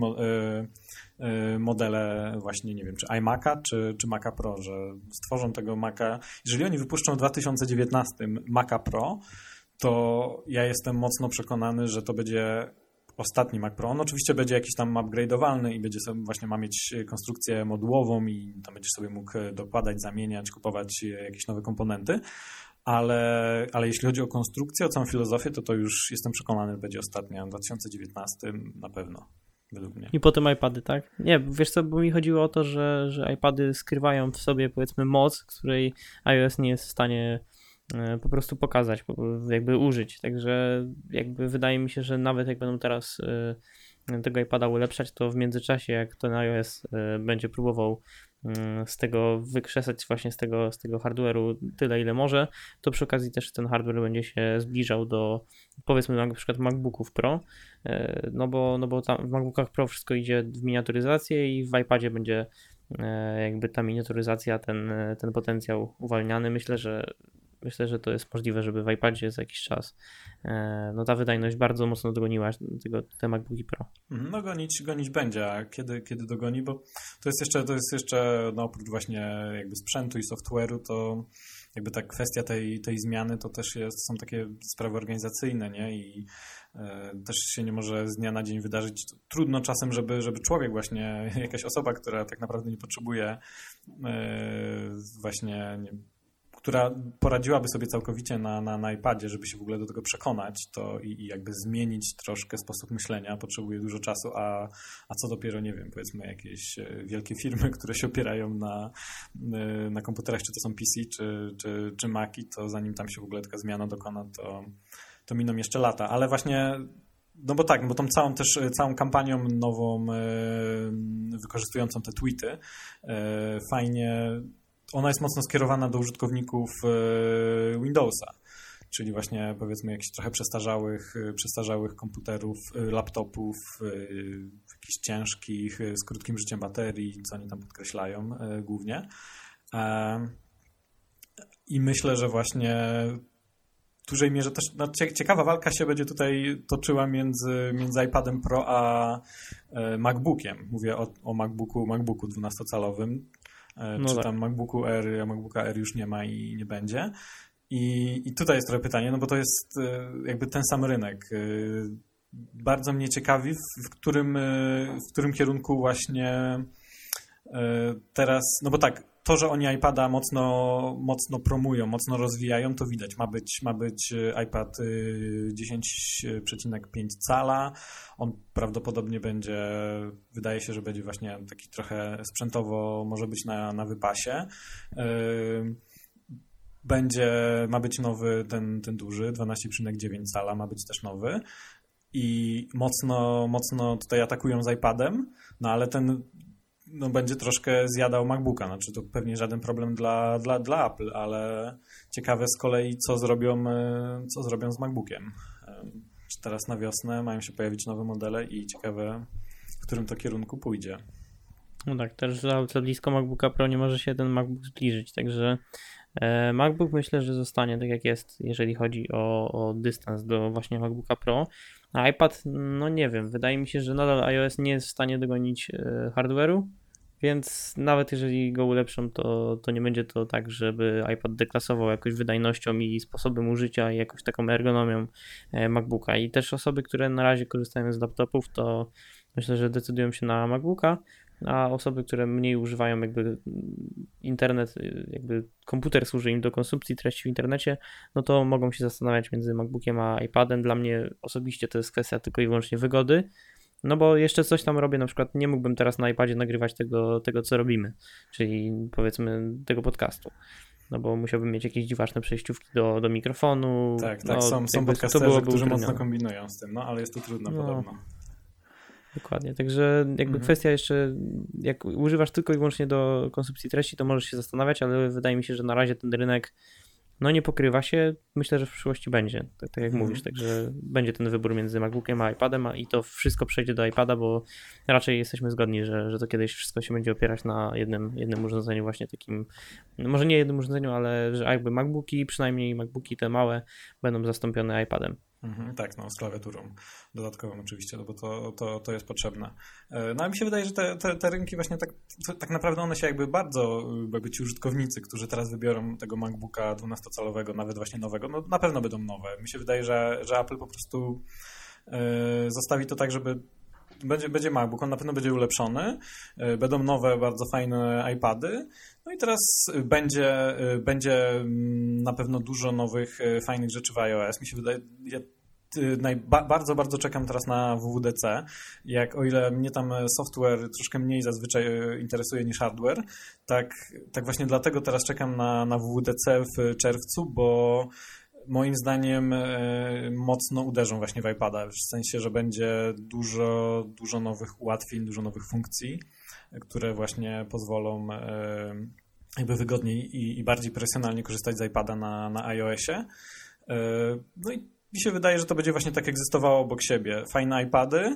modele właśnie, nie wiem, czy iMac'a, czy Maca Pro, że stworzą tego Maca. Jeżeli oni wypuszczą w 2019 Maca Pro, to ja jestem mocno przekonany, że to będzie ostatni Mac Pro. On oczywiście będzie jakiś tam upgrade'owalny i będzie sobie właśnie ma mieć konstrukcję modułową i tam będziesz sobie mógł dokładać, zamieniać, kupować jakieś nowe komponenty. Ale jeśli chodzi o konstrukcję, o całą filozofię, to już jestem przekonany, że będzie ostatnia w 2019 na pewno, według mnie. I potem iPady, tak? Nie, wiesz co, bo mi chodziło o to, że iPady skrywają w sobie powiedzmy moc, której iOS nie jest w stanie po prostu pokazać, jakby użyć. Także jakby wydaje mi się, że nawet jak będą teraz tego iPada ulepszać, to w międzyczasie jak ten iOS będzie próbował z tego wykrzesać właśnie z tego hardware'u tyle, ile może, to przy okazji też ten hardware będzie się zbliżał do powiedzmy na przykład MacBooków Pro, no bo tam w MacBookach Pro wszystko idzie w miniaturyzację i w iPadzie będzie jakby ta miniaturyzacja, ten potencjał uwalniany. Myślę, że to jest możliwe, żeby w iPadzie za jakiś czas no ta wydajność bardzo mocno dogoniła te MacBooki Pro. No gonić będzie, a kiedy dogoni, bo to jest jeszcze no oprócz właśnie jakby sprzętu i software'u, to jakby ta kwestia tej zmiany to też są takie sprawy organizacyjne, nie? I też się nie może z dnia na dzień wydarzyć. Trudno czasem, żeby człowiek właśnie, jakaś osoba, która tak naprawdę nie potrzebuje właśnie która poradziłaby sobie całkowicie na iPadzie, żeby się w ogóle do tego przekonać, to i jakby zmienić troszkę sposób myślenia, potrzebuje dużo czasu, a co dopiero, nie wiem, powiedzmy jakieś wielkie firmy, które się opierają na komputerach, czy to są PC, czy Maci, to zanim tam się w ogóle taka zmiana dokona, to miną jeszcze lata. Ale właśnie no bo tak, bo tą całą kampanią nową wykorzystującą te tweety fajnie, ona jest mocno skierowana do użytkowników Windowsa, czyli właśnie powiedzmy jakichś trochę przestarzałych komputerów, laptopów, jakichś ciężkich, z krótkim życiem baterii, co oni tam podkreślają głównie. I myślę, że właśnie w dużej mierze też ciekawa walka się będzie tutaj toczyła między iPadem Pro a MacBookiem. Mówię o MacBooku 12-calowym, czy tam MacBooku Air, a MacBooka Air już nie ma i nie będzie. I tutaj jest trochę pytanie, no bo to jest jakby ten sam rynek. Bardzo mnie ciekawi, w którym kierunku właśnie teraz, no bo tak, to, że oni iPada mocno promują, mocno rozwijają, to widać. Ma być iPad 10,5 cala. On prawdopodobnie wydaje się, że będzie właśnie taki trochę sprzętowo, może być na wypasie. Ma być nowy ten duży, 12,9 cala, ma być też nowy. I mocno tutaj atakują z iPadem, no ale ten będzie troszkę zjadał MacBooka. Znaczy to pewnie żaden problem dla Apple, ale ciekawe z kolei, co zrobią z MacBookiem. Czy teraz na wiosnę mają się pojawić nowe modele i ciekawe, w którym to kierunku pójdzie. No tak, też za blisko MacBooka Pro nie może się ten MacBook zbliżyć, także MacBook myślę, że zostanie tak jak jest, jeżeli chodzi o dystans do właśnie MacBooka Pro. A iPad, no nie wiem, wydaje mi się, że nadal iOS nie jest w stanie dogonić hardware'u, więc nawet jeżeli go ulepszą, to nie będzie to tak, żeby iPad deklasował jakoś wydajnością i sposobem użycia i jakąś taką ergonomią MacBooka. I też osoby, które na razie korzystają z laptopów, to myślę, że decydują się na MacBooka, a osoby, które mniej używają jakby internet, jakby komputer służy im do konsumpcji treści w internecie, no to mogą się zastanawiać między MacBookiem a iPadem. Dla mnie osobiście to jest kwestia tylko i wyłącznie wygody, no bo jeszcze coś tam robię, na przykład nie mógłbym teraz na iPadzie nagrywać tego co robimy, czyli powiedzmy tego podcastu. No bo musiałbym mieć jakieś dziwaczne przejściówki do mikrofonu. Tak, no, są podcasterzy, którzy mocno kombinują z tym, no ale jest to trudno podobno. Dokładnie, także jakby kwestia jeszcze, jak używasz tylko i wyłącznie do konsumpcji treści, to możesz się zastanawiać, ale wydaje mi się, że na razie ten rynek nie pokrywa się. Myślę, że w przyszłości będzie, tak jak mówisz, także będzie ten wybór między MacBookiem a iPadem i to wszystko przejdzie do iPada, bo raczej jesteśmy zgodni, że to kiedyś wszystko się będzie opierać na jednym urządzeniu właśnie takim, może nie jednym urządzeniu, ale że jakby MacBooki, przynajmniej MacBooki te małe, będą zastąpione iPadem. Tak, z klawiaturą dodatkową oczywiście, no bo to jest potrzebne. No ale mi się wydaje, że te rynki właśnie tak naprawdę one się jakby ci użytkownicy, którzy teraz wybiorą tego MacBooka 12-calowego, nawet właśnie nowego, no na pewno będą nowe. Mi się wydaje, że Apple po prostu zostawi to tak, żeby będzie MacBook, on na pewno będzie ulepszony, będą nowe, bardzo fajne iPady, no i teraz będzie na pewno dużo nowych, fajnych rzeczy w iOS. Mi się wydaje, bardzo, bardzo czekam teraz na WWDC. O ile mnie tam software troszkę mniej zazwyczaj interesuje niż hardware, tak właśnie dlatego teraz czekam na WWDC w czerwcu, bo moim zdaniem mocno uderzą właśnie w iPada, w sensie, że będzie dużo nowych ułatwień, dużo nowych funkcji, które właśnie pozwolą jakby wygodniej i bardziej profesjonalnie korzystać z iPada na iOSie. No i mi się wydaje, że to będzie właśnie tak egzystowało obok siebie. Fajne iPady,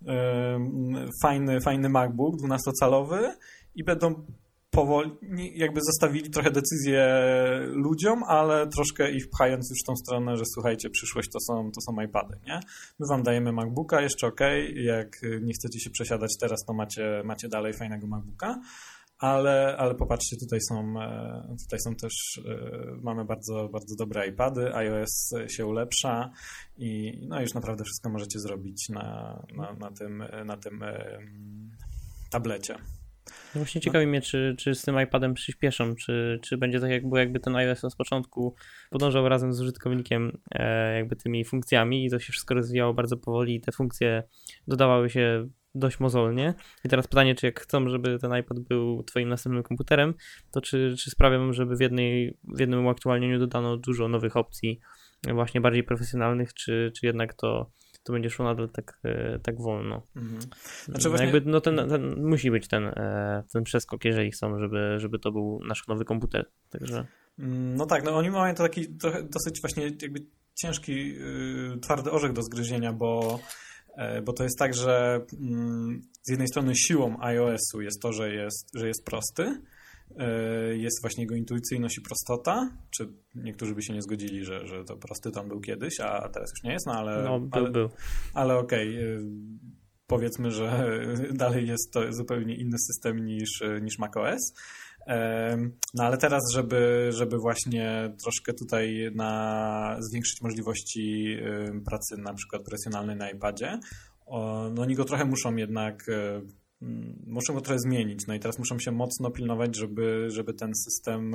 fajny MacBook 12-calowy i będą powoli jakby zostawili trochę decyzję ludziom, ale troszkę ich pchając już w tą stronę, że słuchajcie, przyszłość to są iPady, nie? My wam dajemy MacBooka, jeszcze okej, jak nie chcecie się przesiadać teraz, to macie dalej fajnego MacBooka, ale popatrzcie, tutaj są też, mamy bardzo, bardzo dobre iPady, iOS się ulepsza i już naprawdę wszystko możecie zrobić na tym tablecie. No właśnie ciekawi mnie, czy z tym iPadem przyspieszą, czy będzie tak jak było, jakby ten iOS z początku podążał razem z użytkownikiem jakby tymi funkcjami i to się wszystko rozwijało bardzo powoli i te funkcje dodawały się dość mozolnie. I teraz pytanie, czy jak chcą, żeby ten iPad był twoim następnym komputerem, to czy sprawią, żeby w jednym uaktualnieniu dodano dużo nowych opcji właśnie bardziej profesjonalnych, czy jednak to to będzie szło nadal tak wolno. Znaczy właśnie... jakby, no ten musi być ten przeskok, jeżeli chcą, żeby to był nasz nowy komputer. Także... No tak, no oni mają to taki trochę dosyć właśnie jakby ciężki, twardy orzech do zgryzienia, bo to jest tak, że z jednej strony siłą iOS-u jest to, że jest prosty, jest właśnie jego intuicyjność i prostota, czy niektórzy by się nie zgodzili, że to prosty tam był kiedyś, a teraz już nie jest, no ale... No, był. Ale okej, powiedzmy, że dalej jest to zupełnie inny system niż macOS. No ale teraz, żeby właśnie troszkę tutaj zwiększyć możliwości pracy na przykład profesjonalnej na iPadzie, no oni go trochę muszą jednak muszą go trochę zmienić. No i teraz muszą się mocno pilnować, żeby ten system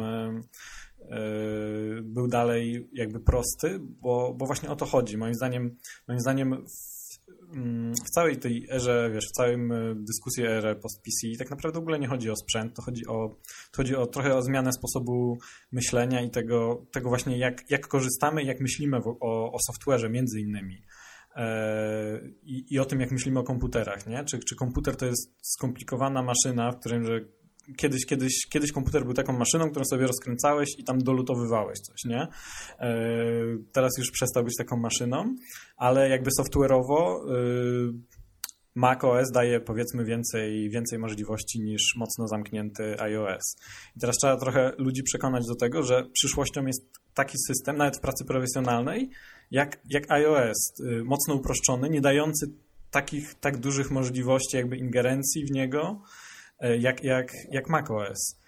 był dalej jakby prosty, bo właśnie o to chodzi. Moim zdaniem w całej tej erze, w całym dyskusji erze post-PC tak naprawdę w ogóle nie chodzi o sprzęt, to chodzi o trochę o zmianę sposobu myślenia i tego właśnie jak korzystamy, jak myślimy o software'ze między innymi. I o tym, jak myślimy o komputerach, nie? Czy komputer to jest skomplikowana maszyna, w którym, że kiedyś komputer był taką maszyną, którą sobie rozkręcałeś i tam dolutowywałeś coś, nie? Teraz już przestał być taką maszyną, ale jakby software'owo macOS daje powiedzmy więcej możliwości niż mocno zamknięty iOS. I teraz trzeba trochę ludzi przekonać do tego, że przyszłością jest taki system, nawet w pracy profesjonalnej, jak iOS, mocno uproszczony, nie dający tak dużych możliwości jakby ingerencji w niego, jak macOS.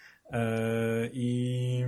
I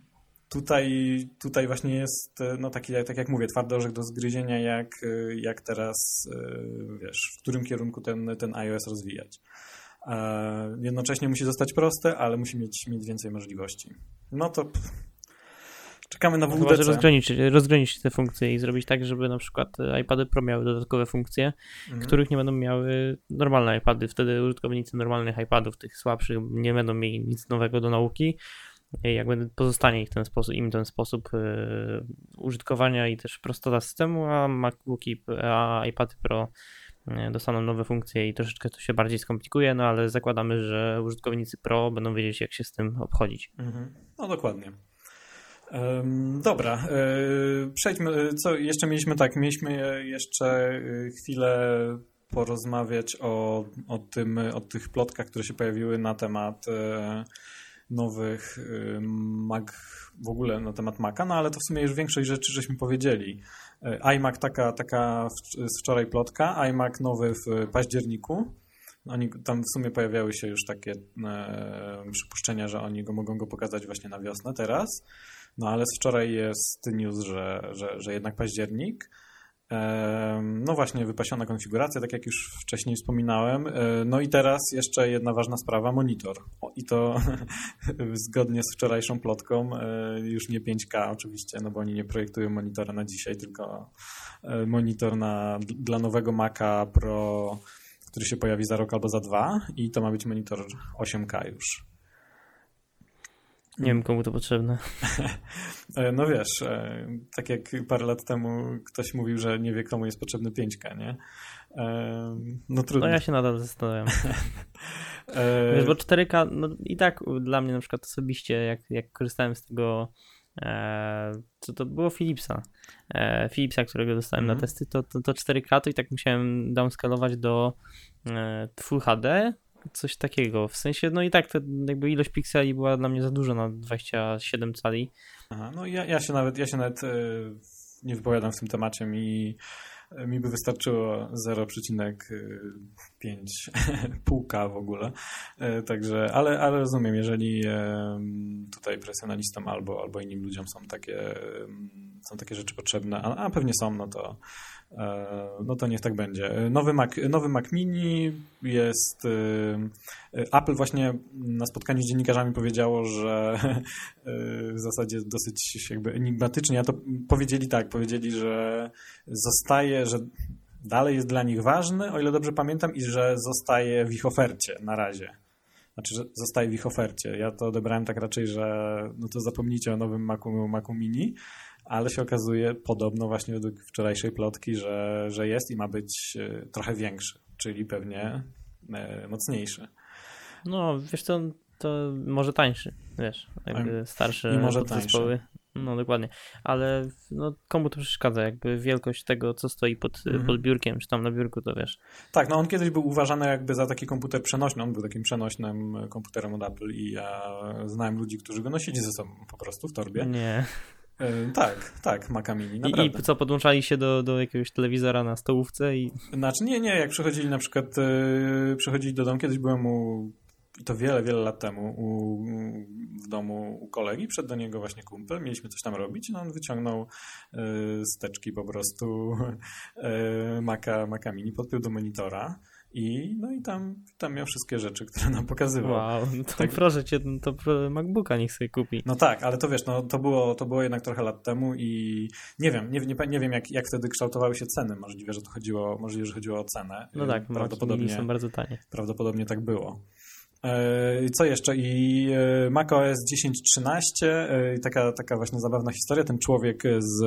tutaj właśnie jest, no taki, tak jak mówię, twardy orzech do zgryzienia, jak teraz, w którym kierunku ten iOS rozwijać. Jednocześnie musi zostać proste, ale musi mieć więcej możliwości. No to czekamy na WWDC. Chyba, rozgraniczyć te funkcje i zrobić tak, żeby na przykład iPady Pro miały dodatkowe funkcje, których nie będą miały normalne iPady. Wtedy użytkownicy normalnych iPadów, tych słabszych, nie będą mieli nic nowego do nauki. I jakby pozostanie im ten sposób użytkowania i też prostota systemu, a MacBooki, a iPady Pro dostaną nowe funkcje i troszeczkę to się bardziej skomplikuje, no ale zakładamy, że użytkownicy Pro będą wiedzieć, jak się z tym obchodzić. No dokładnie. Dobra, przejdźmy, co jeszcze mieliśmy jeszcze chwilę porozmawiać o tych plotkach, które się pojawiły na temat nowych Mac, w ogóle na temat Maca, no ale to w sumie już większość rzeczy żeśmy powiedzieli. iMac taka z wczoraj plotka, iMac nowy w październiku. Oni tam w sumie pojawiały się już takie przypuszczenia, że oni mogą go pokazać właśnie na wiosnę teraz. No ale z wczoraj jest news, że jednak październik. No właśnie, wypasiona konfiguracja, tak jak już wcześniej wspominałem. No i teraz jeszcze jedna ważna sprawa, monitor. I to zgodnie z wczorajszą plotką, już nie 5K oczywiście, no bo oni nie projektują monitora na dzisiaj, tylko monitor dla nowego Maca Pro, który się pojawi za rok albo za 2 i to ma być monitor 8K już. Nie wiem, komu to potrzebne. No wiesz, tak jak parę lat temu ktoś mówił, że nie wie, komu jest potrzebny 5K, nie? No trudno. No ja się nadal zastanawiam. Wiesz, bo 4K, no i tak dla mnie na przykład osobiście, jak korzystałem z tego, co to było Philipsa, którego dostałem na testy, to 4K to i tak musiałem downscalować do Full HD, coś takiego, w sensie, no i tak to jakby ilość pikseli była dla mnie za dużo na 27 cali. Aha, no ja się nawet nie wypowiadam w tym temacie, mi by wystarczyło 0,5 półka w ogóle, także, ale rozumiem, jeżeli tutaj profesjonalistom albo innym ludziom są takie rzeczy potrzebne, a pewnie są, no to niech tak będzie. Nowy Mac Mini jest... Apple właśnie na spotkaniu z dziennikarzami powiedziało, że w zasadzie dosyć jakby enigmatycznie, ja to powiedzieli, że że dalej jest dla nich ważny, o ile dobrze pamiętam, i że zostaje w ich ofercie na razie. Znaczy, że zostaje w ich ofercie. Ja to odebrałem tak raczej, że no to zapomnijcie o nowym Macu Mini, ale się okazuje, podobno właśnie według wczorajszej plotki, że jest i ma być trochę większy, czyli pewnie mocniejszy. No, wiesz co, to może tańszy, wiesz, jakby starsze podzespoły. No dokładnie, ale no, komu to przeszkadza, jakby wielkość tego, co stoi pod biurkiem, czy tam na biurku, to wiesz. Tak, no on kiedyś był uważany jakby za taki komputer przenośny, on był takim przenośnym komputerem od Apple i ja znałem ludzi, którzy go nosili ze sobą po prostu w torbie. Nie. Tak, Maca Mini, naprawdę. I co, podłączali się do jakiegoś telewizora na stołówce i... Znaczy nie, jak przychodzili na przykład, przychodzili do domu, kiedyś byłem i to wiele, wiele lat temu w domu u kolegi, przyszedł do niego właśnie kumpel, mieliśmy coś tam robić, no on wyciągnął z po prostu Maca Mini, podpiął do monitora i tam miał wszystkie rzeczy, które nam pokazywał. Wow, to tak. Proszę cię, to MacBooka niech sobie kupi. No tak, ale to wiesz, no to było jednak trochę lat temu i nie wiem jak wtedy kształtowały się ceny. Możliwe, że chodziło o cenę. No tak, Mini są bardzo tanie. Prawdopodobnie tak było. Co jeszcze? I macOS 10.13 i taka właśnie zabawna historia. Ten człowiek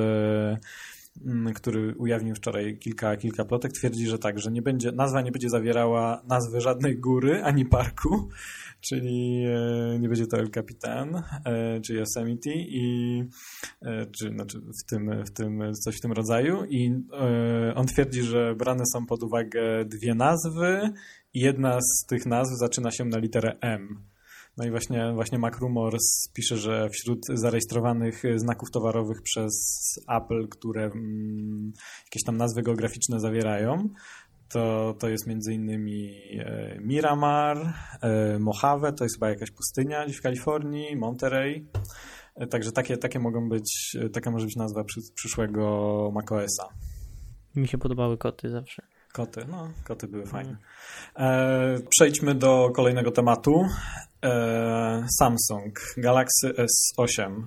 który ujawnił wczoraj kilka plotek, twierdzi, że tak, że nazwa nie będzie zawierała nazwy żadnej góry ani parku, czyli nie będzie to El Capitan, czy Yosemite znaczy w tym coś w tym rodzaju i on twierdzi, że brane są pod uwagę dwie nazwy i jedna z tych nazw zaczyna się na literę M. No i właśnie MacRumors pisze, że wśród zarejestrowanych znaków towarowych przez Apple, które jakieś tam nazwy geograficzne zawierają, to jest między innymi Miramar, Mojave, to jest chyba jakaś pustynia gdzieś w Kalifornii, Monterey. Także taka może być nazwa przyszłego macOS-a. Mi się podobały koty zawsze. Koty były fajne. Przejdźmy do kolejnego tematu. Samsung Galaxy S8.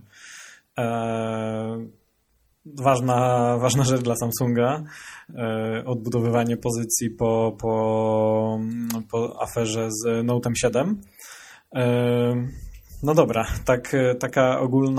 Ważna rzecz dla Samsunga. Odbudowywanie pozycji po aferze z Note'em 7. No dobra, taka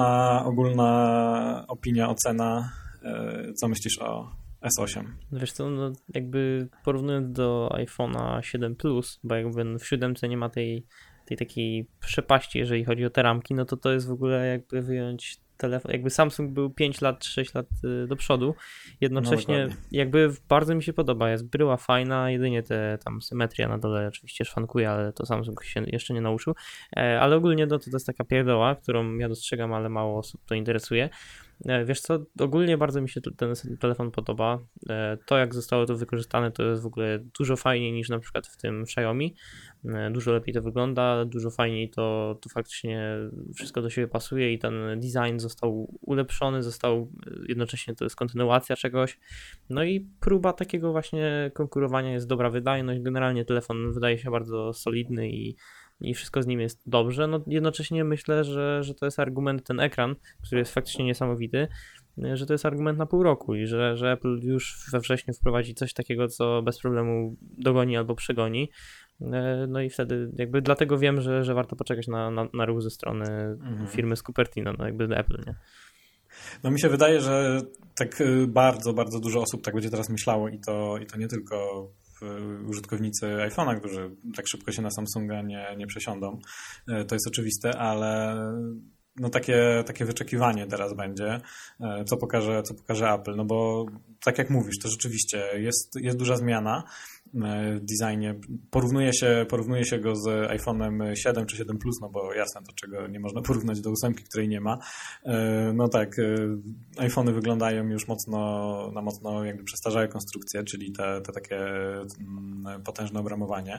ogólna opinia, ocena. Co myślisz o S8? Wiesz co, no jakby porównując do iPhone'a 7 Plus, bo jakby w 7 nie ma tej takiej przepaści, jeżeli chodzi o te ramki, no to jest w ogóle jakby wyjąć telefon, jakby Samsung był 5 lat, 6 lat do przodu, jednocześnie jakby bardzo mi się podoba, jest bryła fajna, jedynie tam symetria na dole oczywiście szwankuje, ale to Samsung się jeszcze nie nauczył, ale ogólnie to jest taka pierdoła, którą ja dostrzegam, ale mało osób to interesuje. Wiesz co, ogólnie bardzo mi się ten telefon podoba. To, jak zostało to wykorzystane, to jest w ogóle dużo fajniej niż na przykład w tym Xiaomi. Dużo lepiej to wygląda, dużo fajniej to faktycznie wszystko do siebie pasuje i ten design został ulepszony, jednocześnie to jest kontynuacja czegoś. No i próba takiego właśnie konkurowania, jest dobra wydajność. Generalnie telefon wydaje się bardzo solidny i wszystko z nim jest dobrze. No jednocześnie myślę, że to jest argument, ten ekran, który jest faktycznie niesamowity, że to jest argument na pół roku i że Apple już we wrześniu wprowadzi coś takiego, co bez problemu dogoni albo przegoni. No i wtedy jakby dlatego wiem, że warto poczekać na ruch ze strony firmy z Cupertino, no jakby Apple, nie? No mi się wydaje, że tak bardzo, bardzo dużo osób tak będzie teraz myślało i to nie tylko użytkownicy iPhone'a, którzy tak szybko się na Samsunga nie przesiądą. To jest oczywiste, ale no takie wyczekiwanie teraz będzie, co pokaże Apple, no bo tak jak mówisz, to rzeczywiście jest duża zmiana w designie. Porównuje się go z iPhone'em 7 czy 7 Plus, no bo jasne, to czego nie można porównać do 8, której nie ma. No tak, iPhone'y wyglądają już mocno jakby przestarzałe konstrukcje, czyli te takie potężne obramowanie.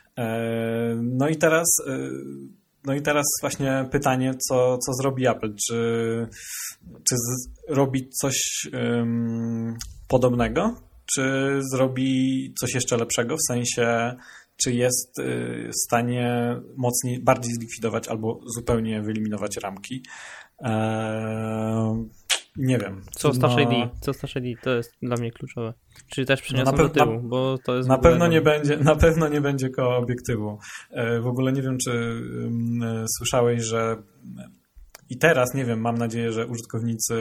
No i teraz właśnie pytanie, co zrobi Apple? Czy zrobi coś podobnego? Czy zrobi coś jeszcze lepszego? W sensie, czy jest w stanie bardziej zlikwidować albo zupełnie wyeliminować ramki? Nie wiem. Co z Touch ID? To jest dla mnie kluczowe. Czyli też przyniosą do tyłu, bo to jest... Na pewno nie będzie koło obiektywu. W ogóle nie wiem, czy słyszałeś, że I teraz, nie wiem, mam nadzieję, że użytkownicy,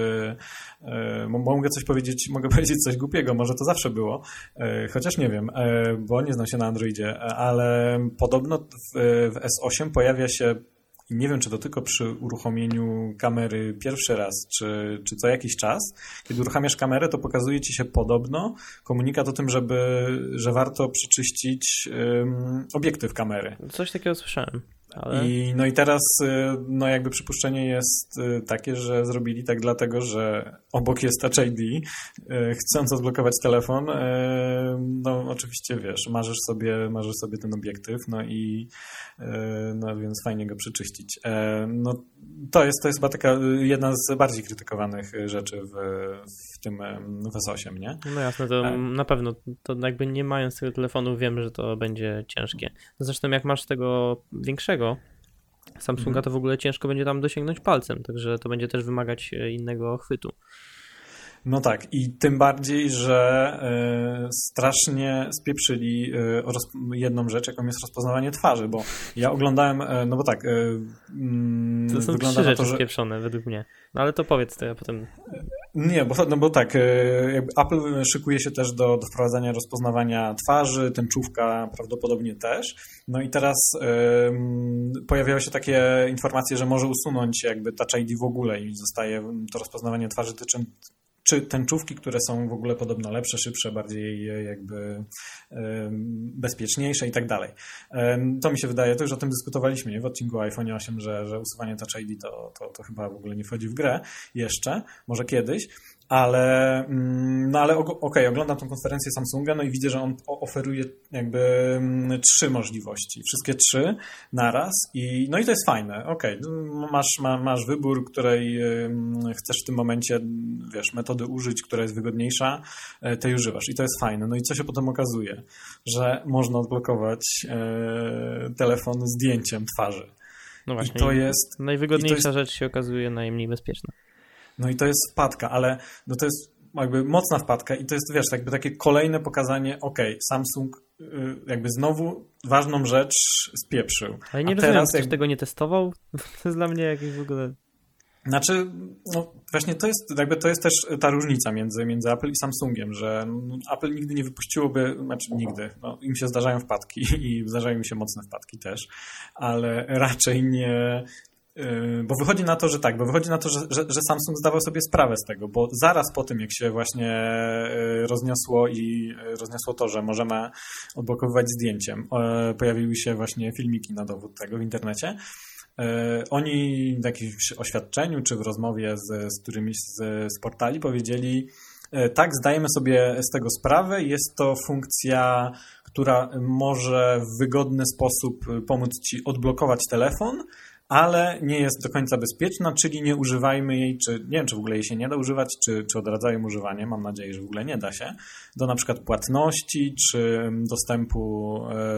mogę powiedzieć coś głupiego, może to zawsze było, chociaż nie wiem, bo nie znam się na Androidzie, ale podobno w S8 pojawia się, nie wiem, czy to tylko przy uruchomieniu kamery pierwszy raz, czy co jakiś czas. Kiedy uruchamiasz kamerę, to pokazuje ci się podobno komunikat o tym, że warto przeczyścić obiektyw kamery. Coś takiego słyszałem. No i teraz no jakby przypuszczenie jest takie, że zrobili tak dlatego, że obok jest Touch ID, chcąc odblokować telefon, no oczywiście wiesz, marzysz sobie ten obiektyw, no więc fajnie go przeczyścić. No to jest chyba taka jedna z bardziej krytykowanych rzeczy w tym w S8, nie? No jasne, to na pewno, to jakby nie mając tego telefonu wiem, że to będzie ciężkie. Zresztą jak masz tego większego Samsunga, to w ogóle ciężko będzie tam dosięgnąć palcem, także to będzie też wymagać innego chwytu. No tak, i tym bardziej, że strasznie spieprzyli jedną rzecz, jaką jest rozpoznawanie twarzy, bo ja oglądałem, no bo tak, to są wygląda trzy na rzeczy to, że... spieprzone według mnie. No ale to powiedz to ja potem... Nie, bo tak, jakby Apple szykuje się też do wprowadzania rozpoznawania twarzy, tęczówka prawdopodobnie też. No i teraz pojawiały się takie informacje, że może usunąć jakby Touch ID w ogóle i zostaje to rozpoznawanie twarzy czy tęczówki, które są w ogóle podobno lepsze, szybsze, bardziej jakby bezpieczniejsze i tak dalej. To mi się wydaje, to już o tym dyskutowaliśmy, nie? W odcinku o iPhone 8, że usuwanie Touch ID to chyba w ogóle nie wchodzi w grę jeszcze, może kiedyś, ale okej, oglądam tą konferencję Samsunga, no i widzę, że on oferuje jakby 3 możliwości, wszystkie 3 naraz no i to jest fajne, okej, masz wybór, której chcesz w tym momencie, wiesz, metody użyć, która jest wygodniejsza, tej używasz i to jest fajne, no i co się potem okazuje, że można odblokować telefon zdjęciem twarzy. No właśnie, i to jest najwygodniejsza rzecz się okazuje najmniej bezpieczna. No i to jest wpadka, ale no to jest jakby mocna wpadka i to jest, wiesz, jakby takie kolejne pokazanie, Samsung jakby znowu ważną rzecz spieprzył. Ale nie rozumiem, ktoś tego nie testował? To jest dla mnie jakieś w ogóle... Znaczy, no właśnie to jest też ta różnica między Apple i Samsungiem, że Apple nigdy nie wypuściłoby, nigdy, no, im się zdarzają wpadki i zdarzają mi się mocne wpadki też, ale raczej nie... Bo wychodzi na to, że Samsung zdawał sobie sprawę z tego, bo zaraz po tym, jak się właśnie rozniosło to, że możemy odblokowywać zdjęciem, pojawiły się właśnie filmiki na dowód tego w internecie. Oni w jakimś oświadczeniu czy w rozmowie z którymiś z portali powiedzieli: tak, zdajemy sobie z tego sprawę, jest to funkcja, która może w wygodny sposób pomóc Ci odblokować telefon, ale nie jest do końca bezpieczna, czyli nie używajmy jej, nie wiem, czy w ogóle jej się nie da używać, czy odradzają używanie, mam nadzieję, że w ogóle nie da się, do na przykład płatności, czy dostępu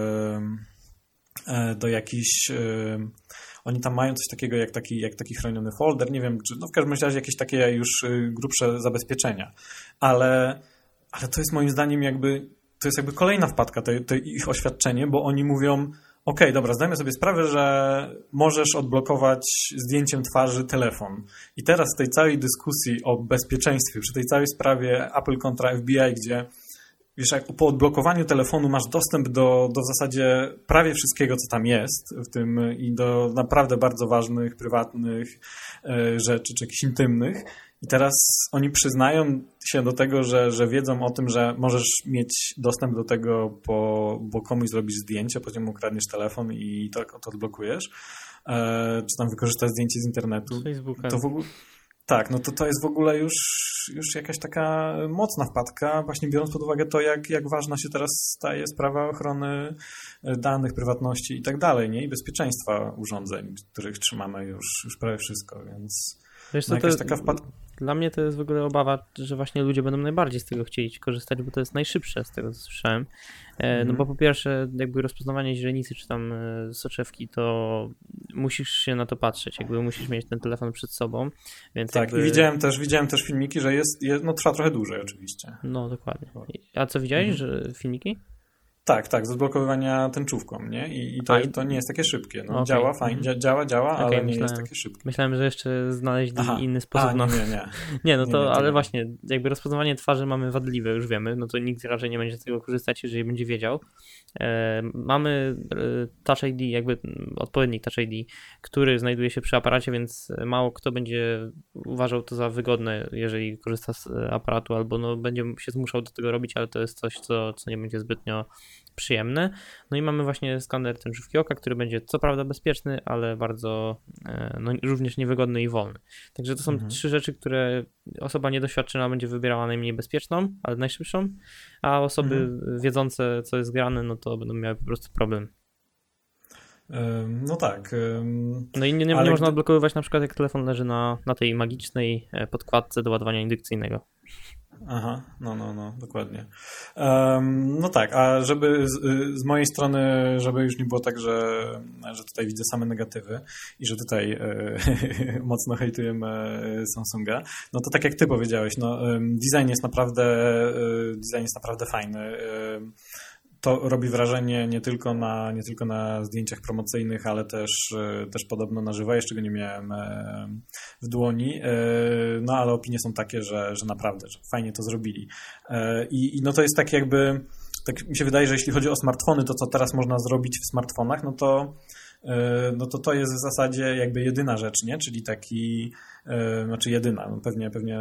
do jakichś... Oni tam mają coś takiego jak taki chroniony folder, nie wiem, czy, no w każdym razie jakieś takie już grubsze zabezpieczenia, ale to jest moim zdaniem to jest jakby kolejna wpadka, to ich oświadczenie, bo oni mówią: okej, dobra, zdajemy sobie sprawę, że możesz odblokować zdjęciem twarzy telefon. I teraz w tej całej dyskusji o bezpieczeństwie, przy tej całej sprawie Apple kontra FBI, gdzie wiesz, jak po odblokowaniu telefonu masz dostęp do w zasadzie prawie wszystkiego, co tam jest w tym i do naprawdę bardzo ważnych, prywatnych rzeczy, czy jakichś intymnych. I teraz oni przyznają się do tego, że wiedzą o tym, że możesz mieć dostęp do tego, bo komuś zrobisz zdjęcie, potem ukradniesz telefon i to odblokujesz, czy tam wykorzystasz zdjęcie z internetu. Z Facebooka. To w ogóle, tak, no to jest w ogóle już jakaś taka mocna wpadka, właśnie biorąc pod uwagę to, jak ważna się teraz staje sprawa ochrony danych, prywatności i tak dalej, nie? I bezpieczeństwa urządzeń, których trzymamy już prawie wszystko, więc... Wiesz co, jakaś taka dla mnie to jest w ogóle obawa, że właśnie ludzie będą najbardziej z tego chcieli korzystać, bo to jest najszybsze z tego, co słyszałem. No bo po pierwsze, jakby rozpoznawanie źrenicy czy tam soczewki, to musisz się na to patrzeć, jakby musisz mieć ten telefon przed sobą. Więc tak, jakby... i widziałem też filmiki, że no trwa trochę dłużej oczywiście. No dokładnie. A co widziałeś, że filmiki? Tak, z odblokowywania tęczówką, nie? I to nie jest takie szybkie. No, okay. Działa fajnie, działa, okay, ale nie jest takie szybkie. Myślałem, że jeszcze znaleźli inny sposób. Nie. Nie, no to, ale właśnie, jakby rozpoznawanie twarzy mamy wadliwe, już wiemy, no to nikt raczej nie będzie z tego korzystać, jeżeli będzie wiedział. Mamy Touch ID, jakby odpowiednik Touch ID, który znajduje się przy aparacie, więc mało kto będzie uważał to za wygodne, jeżeli korzysta z aparatu, albo no będzie się zmuszał do tego robić, ale to jest coś, co nie będzie zbytnio przyjemne. No i mamy właśnie skaner tęczówki oka, który będzie co prawda bezpieczny, ale bardzo również niewygodny i wolny. Także to są 3 rzeczy, które osoba niedoświadczona będzie wybierała najmniej bezpieczną, ale najszybszą, a osoby wiedzące, co jest grane, no to będą miały po prostu problem. No tak. No i nie można odblokowywać na przykład jak telefon leży na tej magicznej podkładce do ładowania indukcyjnego. Aha, no, dokładnie. No tak, a żeby z mojej strony, żeby już nie było tak, że tutaj widzę same negatywy i że tutaj mocno hejtujemy Samsunga, no to tak jak ty powiedziałeś, no design jest naprawdę fajny. To robi wrażenie nie tylko na zdjęciach promocyjnych, ale też podobno na żywo. Jeszcze go nie miałem w dłoni. No ale opinie są takie, że naprawdę, że fajnie to zrobili. I no to jest tak jakby, tak mi się wydaje, że jeśli chodzi o smartfony, to co teraz można zrobić w smartfonach, no to jest w zasadzie jakby jedyna rzecz, nie? Czyli taki, znaczy jedyna, no pewnie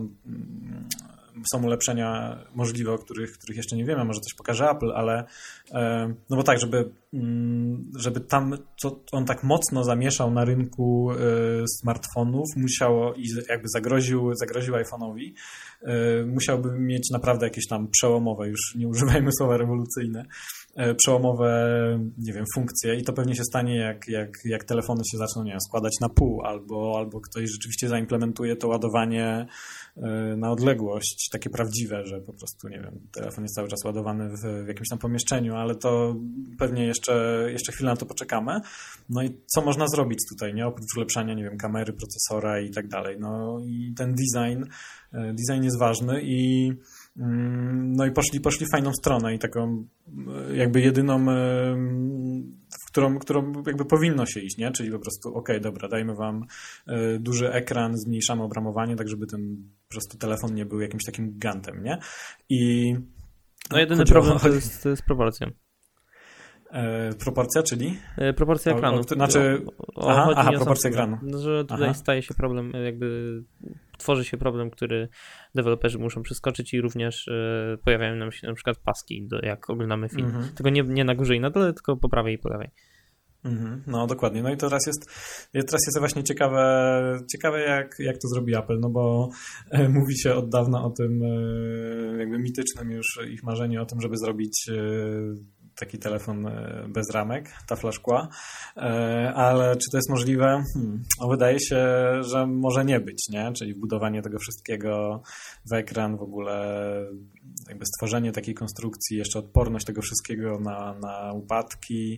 są ulepszenia możliwe, o których jeszcze nie wiemy, może coś pokaże Apple, ale no bo tak, żeby tam on tak mocno zamieszał na rynku smartfonów, musiało i jakby zagroził iPhone'owi, musiałby mieć naprawdę jakieś tam przełomowe, już nie używajmy słowa rewolucyjne, przełomowe, nie wiem, funkcje i to pewnie się stanie, jak telefony się zaczną, nie wiem, składać na pół, albo ktoś rzeczywiście zaimplementuje to ładowanie na odległość, takie prawdziwe, że po prostu, nie wiem, telefon jest cały czas ładowany w jakimś tam pomieszczeniu, ale to pewnie jeszcze chwilę na to poczekamy. No i co można zrobić tutaj, nie? Oprócz ulepszania, nie wiem, kamery, procesora i tak dalej. No i ten design jest ważny no i poszli fajną stronę i taką jakby jedyną, w którą jakby powinno się iść, nie? Czyli po prostu dobra, dajmy wam duży ekran, zmniejszamy obramowanie, tak żeby ten po prostu telefon nie był jakimś takim gigantem, nie? No jedyny problem to jest proporcja. Proporcja, czyli? Proporcja ekranu. Proporcja ekranu. Że tutaj staje się problem, jakby tworzy się problem, który deweloperzy muszą przeskoczyć i również pojawiają nam się na przykład paski, jak oglądamy film. Tylko nie na górze i na dole, tylko po prawej i po lewej. No dokładnie. No i teraz jest właśnie ciekawe jak to zrobi Apple, no bo mówi się od dawna o tym jakby mitycznym już ich marzeniu o tym, żeby zrobić taki telefon bez ramek, tafla szkła, ale czy to jest możliwe? Wydaje się, że może nie być, nie? Czyli wbudowanie tego wszystkiego w ekran, w ogóle jakby stworzenie takiej konstrukcji, jeszcze odporność tego wszystkiego na upadki.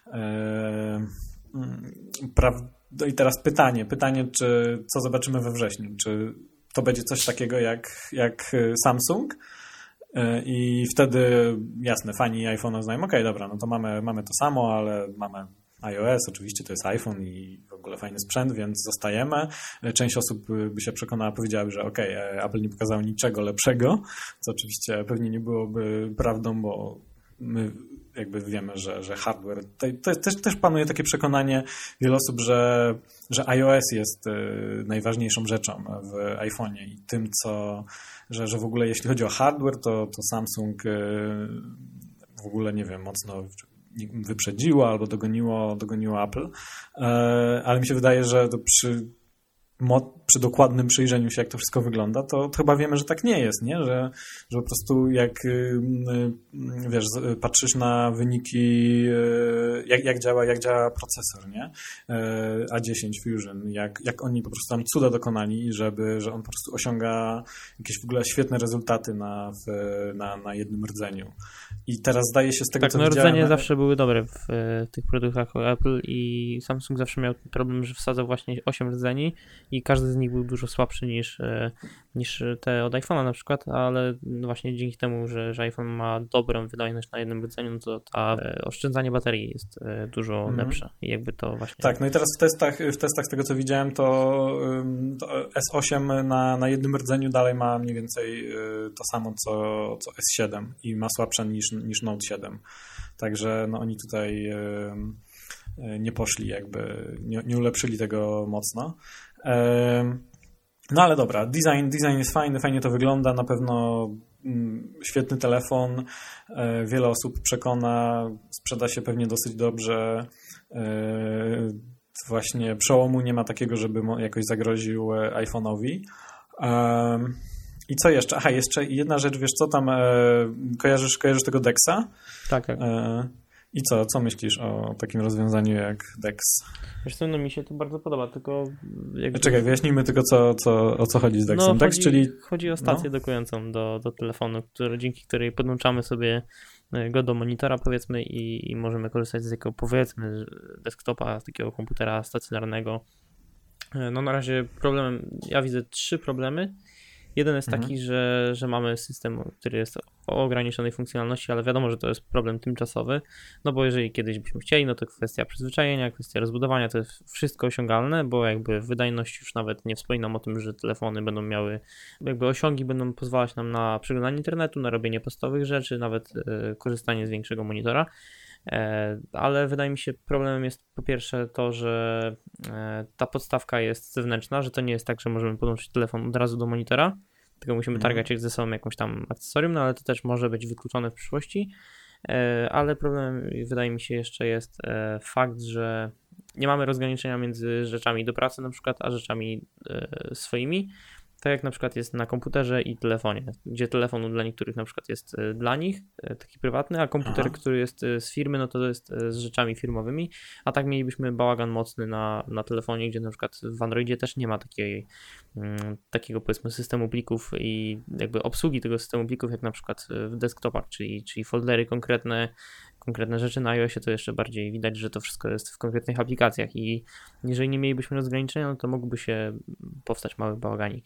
No i teraz pytanie, co zobaczymy we wrześniu? Czy to będzie coś takiego jak Samsung? I wtedy, jasne, fani iPhone'a znają, dobra, no to mamy to samo, ale mamy iOS, oczywiście to jest iPhone i w ogóle fajny sprzęt, więc zostajemy. Część osób by się przekonała, powiedziałaby, że Apple nie pokazało niczego lepszego, co oczywiście pewnie nie byłoby prawdą, bo my jakby wiemy, że hardware, też panuje takie przekonanie wielu osób, że iOS jest najważniejszą rzeczą w iPhone'ie i tym, że w ogóle jeśli chodzi o hardware, to Samsung w ogóle, nie wiem, mocno wyprzedziło albo dogoniło Apple, ale mi się wydaje, że to przy dokładnym przyjrzeniu się, jak to wszystko wygląda, to chyba wiemy, że tak nie jest, nie? Że po prostu jak wiesz, patrzysz na wyniki, jak działa procesor, nie? A10 Fusion, jak oni po prostu tam cuda dokonali, że on po prostu osiąga jakieś w ogóle świetne rezultaty na jednym rdzeniu. I teraz zdaje się z tego, co widziałem... Tak, rdzenie zawsze były dobre w tych produktach Apple i Samsung zawsze miał problem, że wsadzał właśnie 8 rdzeni i każdy z nich pokaźnik był dużo słabszy niż te od iPhone'a na przykład, ale właśnie dzięki temu, że iPhone ma dobrą wydajność na jednym rdzeniu, no to oszczędzanie baterii jest dużo lepsze i jakby to właśnie... Tak, no i teraz w testach z tego co widziałem, to S8 na jednym rdzeniu dalej ma mniej więcej to samo co S7 i ma słabsze niż Note 7. Także no oni tutaj nie poszli jakby, nie ulepszyli tego mocno. No ale dobra, design jest fajny, fajnie to wygląda, na pewno świetny telefon, wiele osób przekona, sprzeda się pewnie dosyć dobrze. Właśnie przełomu nie ma takiego, żeby jakoś zagroził iPhone'owi. I co jeszcze? Aha, jeszcze jedna rzecz, wiesz co tam, kojarzysz tego DeXa? Tak. I co myślisz o takim rozwiązaniu jak DeX? Wiesz co, no mi się to bardzo podoba, tylko... Czekaj, wyjaśnijmy tylko o co chodzi z DeXem. No, DeX, chodzi o stację dokującą do telefonu, dzięki której podłączamy sobie go do monitora, powiedzmy, i możemy korzystać z takiego, powiedzmy, desktopa, z takiego komputera stacjonarnego. No na razie ja widzę 3 problemy. Jeden jest taki, że mamy system, który jest o ograniczonej funkcjonalności, ale wiadomo, że to jest problem tymczasowy, no bo jeżeli kiedyś byśmy chcieli, no to kwestia przyzwyczajenia, kwestia rozbudowania, to jest wszystko osiągalne, bo jakby wydajność już nawet nie wspominam o tym, że telefony będą miały, jakby osiągi będą pozwalać nam na przeglądanie internetu, na robienie podstawowych rzeczy, nawet korzystanie z większego monitora. Ale wydaje mi się problemem jest po pierwsze to, że ta podstawka jest zewnętrzna, że to nie jest tak, że możemy podłączyć telefon od razu do monitora, tylko musimy targać ze sobą jakąś tam akcesorium, no ale to też może być wykluczone w przyszłości, ale problemem wydaje mi się jeszcze jest fakt, że nie mamy rozgraniczenia między rzeczami do pracy na przykład, a rzeczami swoimi. Tak jak na przykład jest na komputerze i telefonie, gdzie telefon dla niektórych na przykład jest dla nich, taki prywatny, a komputer, który jest z firmy, no to jest z rzeczami firmowymi, a tak mielibyśmy bałagan mocny na telefonie, gdzie na przykład w Androidzie też nie ma takiego powiedzmy systemu plików i jakby obsługi tego systemu plików, jak na przykład w desktopach, czyli foldery konkretne rzeczy. Na iOSie to jeszcze bardziej widać, że to wszystko jest w konkretnych aplikacjach i jeżeli nie mielibyśmy rozgraniczenia, no to mógłby się powstać mały bałaganik.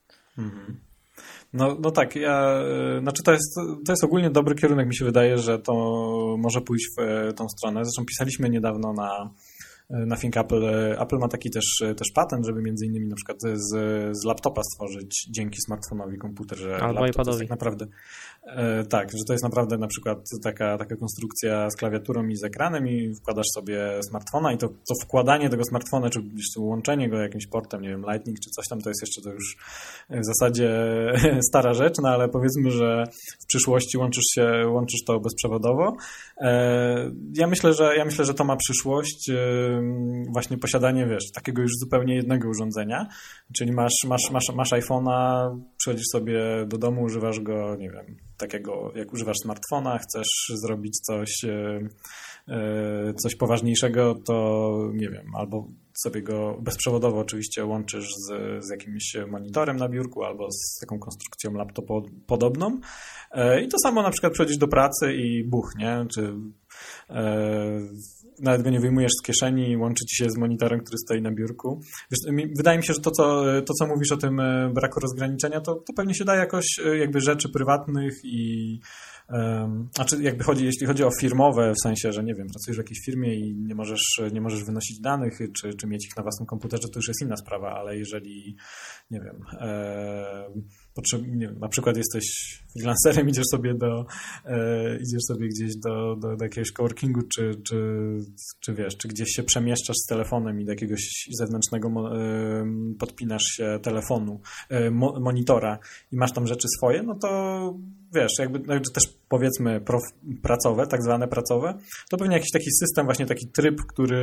No tak, znaczy to jest ogólnie dobry kierunek, mi się wydaje, że to może pójść w tą stronę. Zresztą pisaliśmy niedawno na Think Apple. Apple ma taki też patent, żeby między innymi na przykład z laptopa stworzyć dzięki smartfonowi komputer, że albo laptop iPadowi. To jest tak naprawdę tak, że to jest naprawdę na przykład taka konstrukcja z klawiaturą i z ekranem i wkładasz sobie smartfona i to wkładanie tego smartfona, czy łączenie go jakimś portem, nie wiem, Lightning czy coś tam, to jest jeszcze to już w zasadzie stara rzecz, no ale powiedzmy, że w przyszłości łączysz to bezprzewodowo. Ja myślę, że to ma przyszłość, właśnie posiadanie, wiesz, takiego już zupełnie jednego urządzenia, czyli masz iPhone'a, przychodzisz sobie do domu, używasz go, nie wiem, takiego jak używasz smartfona, chcesz zrobić coś poważniejszego, to nie wiem, albo sobie go bezprzewodowo oczywiście łączysz z jakimś monitorem na biurku albo z taką konstrukcją laptopu podobną i to samo na przykład przychodzisz do pracy i nie? Czy nawet go nie wyjmujesz z kieszeni i łączy ci się z monitorem, który stoi na biurku. Wiesz, wydaje mi się, że to, co mówisz o tym braku rozgraniczenia, to pewnie się da jakoś jakby rzeczy prywatnych i znaczy jeśli chodzi o firmowe, w sensie, że nie wiem, pracujesz w jakiejś firmie i nie możesz wynosić danych, czy mieć ich na własnym komputerze, to już jest inna sprawa, ale jeżeli nie wiem, na przykład jesteś freelancerem, idziesz sobie gdzieś do jakiegoś coworkingu, czy wiesz, czy gdzieś się przemieszczasz z telefonem i do jakiegoś zewnętrznego podpinasz się telefonu, monitora i masz tam rzeczy swoje, no to wiesz, jakby też powiedzmy pracowe, tak zwane pracowe, to pewnie jakiś taki system, właśnie taki tryb,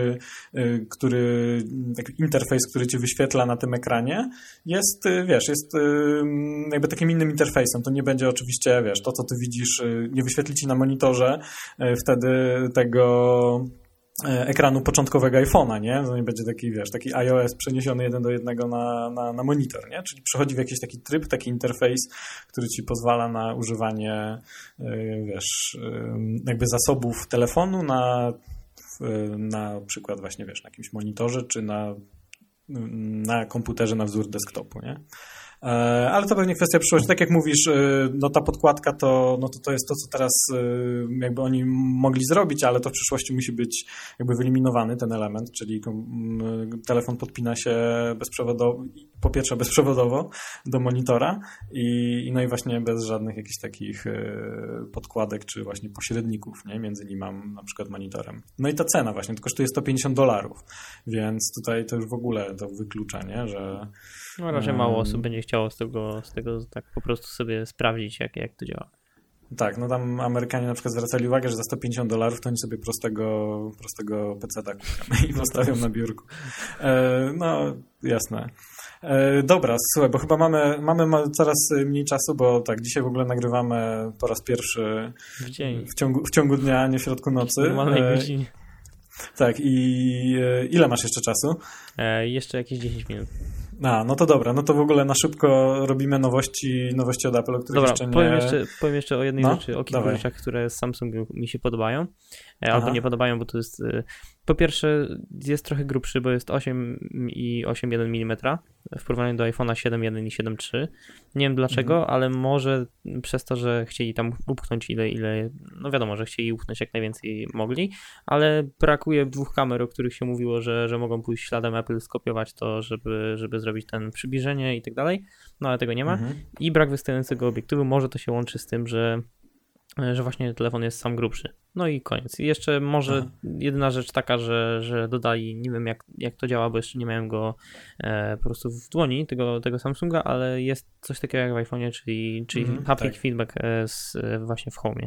taki interfejs, który ci wyświetla na tym ekranie, jest jakby takim innym interfejsem. To nie będzie oczywiście, wiesz, to co ty widzisz, nie wyświetli ci na monitorze wtedy tego ekranu początkowego iPhone'a, nie? To nie będzie taki iOS przeniesiony 1:1 na monitor, nie? Czyli przechodzi w jakiś taki tryb, taki interfejs, który ci pozwala na używanie, wiesz, jakby zasobów telefonu na przykład właśnie, wiesz, na jakimś monitorze, czy na komputerze na wzór desktopu, nie? Ale to pewnie kwestia przyszłości. Tak jak mówisz, no ta podkładka to jest to, co teraz jakby oni mogli zrobić, ale to w przyszłości musi być jakby wyeliminowany ten element, czyli telefon podpina się bezprzewodowo, po pierwsze bezprzewodowo do monitora no i właśnie bez żadnych jakichś takich podkładek czy właśnie pośredników, nie? Między nim mam na przykład monitorem. No i ta cena właśnie, to kosztuje $150, więc tutaj to już w ogóle to wyklucza, nie? Że no raczej mało osób będzie chciało z tego tak po prostu sobie sprawdzić, jak to działa. Tak, no tam Amerykanie na przykład zwracali uwagę, że za $150 to oni sobie prostego PC-ta kupią i postawią na biurku. No, jasne. Dobra, słuchaj, bo chyba mamy coraz mniej czasu, bo tak, dzisiaj w ogóle nagrywamy po raz pierwszy w dzień. W ciągu dnia, nie w środku nocy. W normalnej godzinie. Tak, i ile masz jeszcze czasu? Jeszcze jakieś 10 minut. No to dobra, no to w ogóle na szybko robimy nowości od Apple, o których jeszcze nie... Powiem jeszcze o jednej rzeczy, o kilku rzeczach, które z Samsungu mi się podobają, albo nie podobają, bo to jest... Po pierwsze jest trochę grubszy, bo jest 8,1 mm w porównaniu do iPhone'a 7.1 i 7.3. Nie wiem dlaczego, ale może przez to, że chcieli tam upchnąć ile, no wiadomo, że chcieli upchnąć jak najwięcej mogli, ale brakuje 2 kamer, o których się mówiło, że mogą pójść śladem Apple, skopiować to, żeby zrobić ten przybliżenie i tak dalej, no ale tego nie ma. I brak wystającego obiektywu, może to się łączy z tym, że właśnie telefon jest sam grubszy. No i koniec. I jeszcze może jedyna rzecz taka, że dodali, nie wiem jak to działa, bo jeszcze nie miałem go po prostu w dłoni, tego Samsunga, ale jest coś takiego jak w iPhone'ie, czyli haptic feedback właśnie w Home'ie.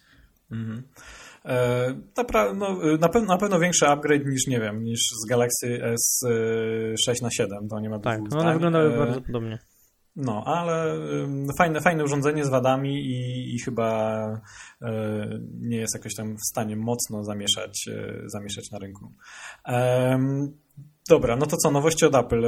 Na pewno większy upgrade niż z Galaxy S6 na 7, to nie ma tak, one wyglądały bardzo podobnie. No, ale fajne urządzenie z wadami i chyba nie jest jakoś tam w stanie mocno zamieszać na rynku. Dobra, no to co, nowości od Apple.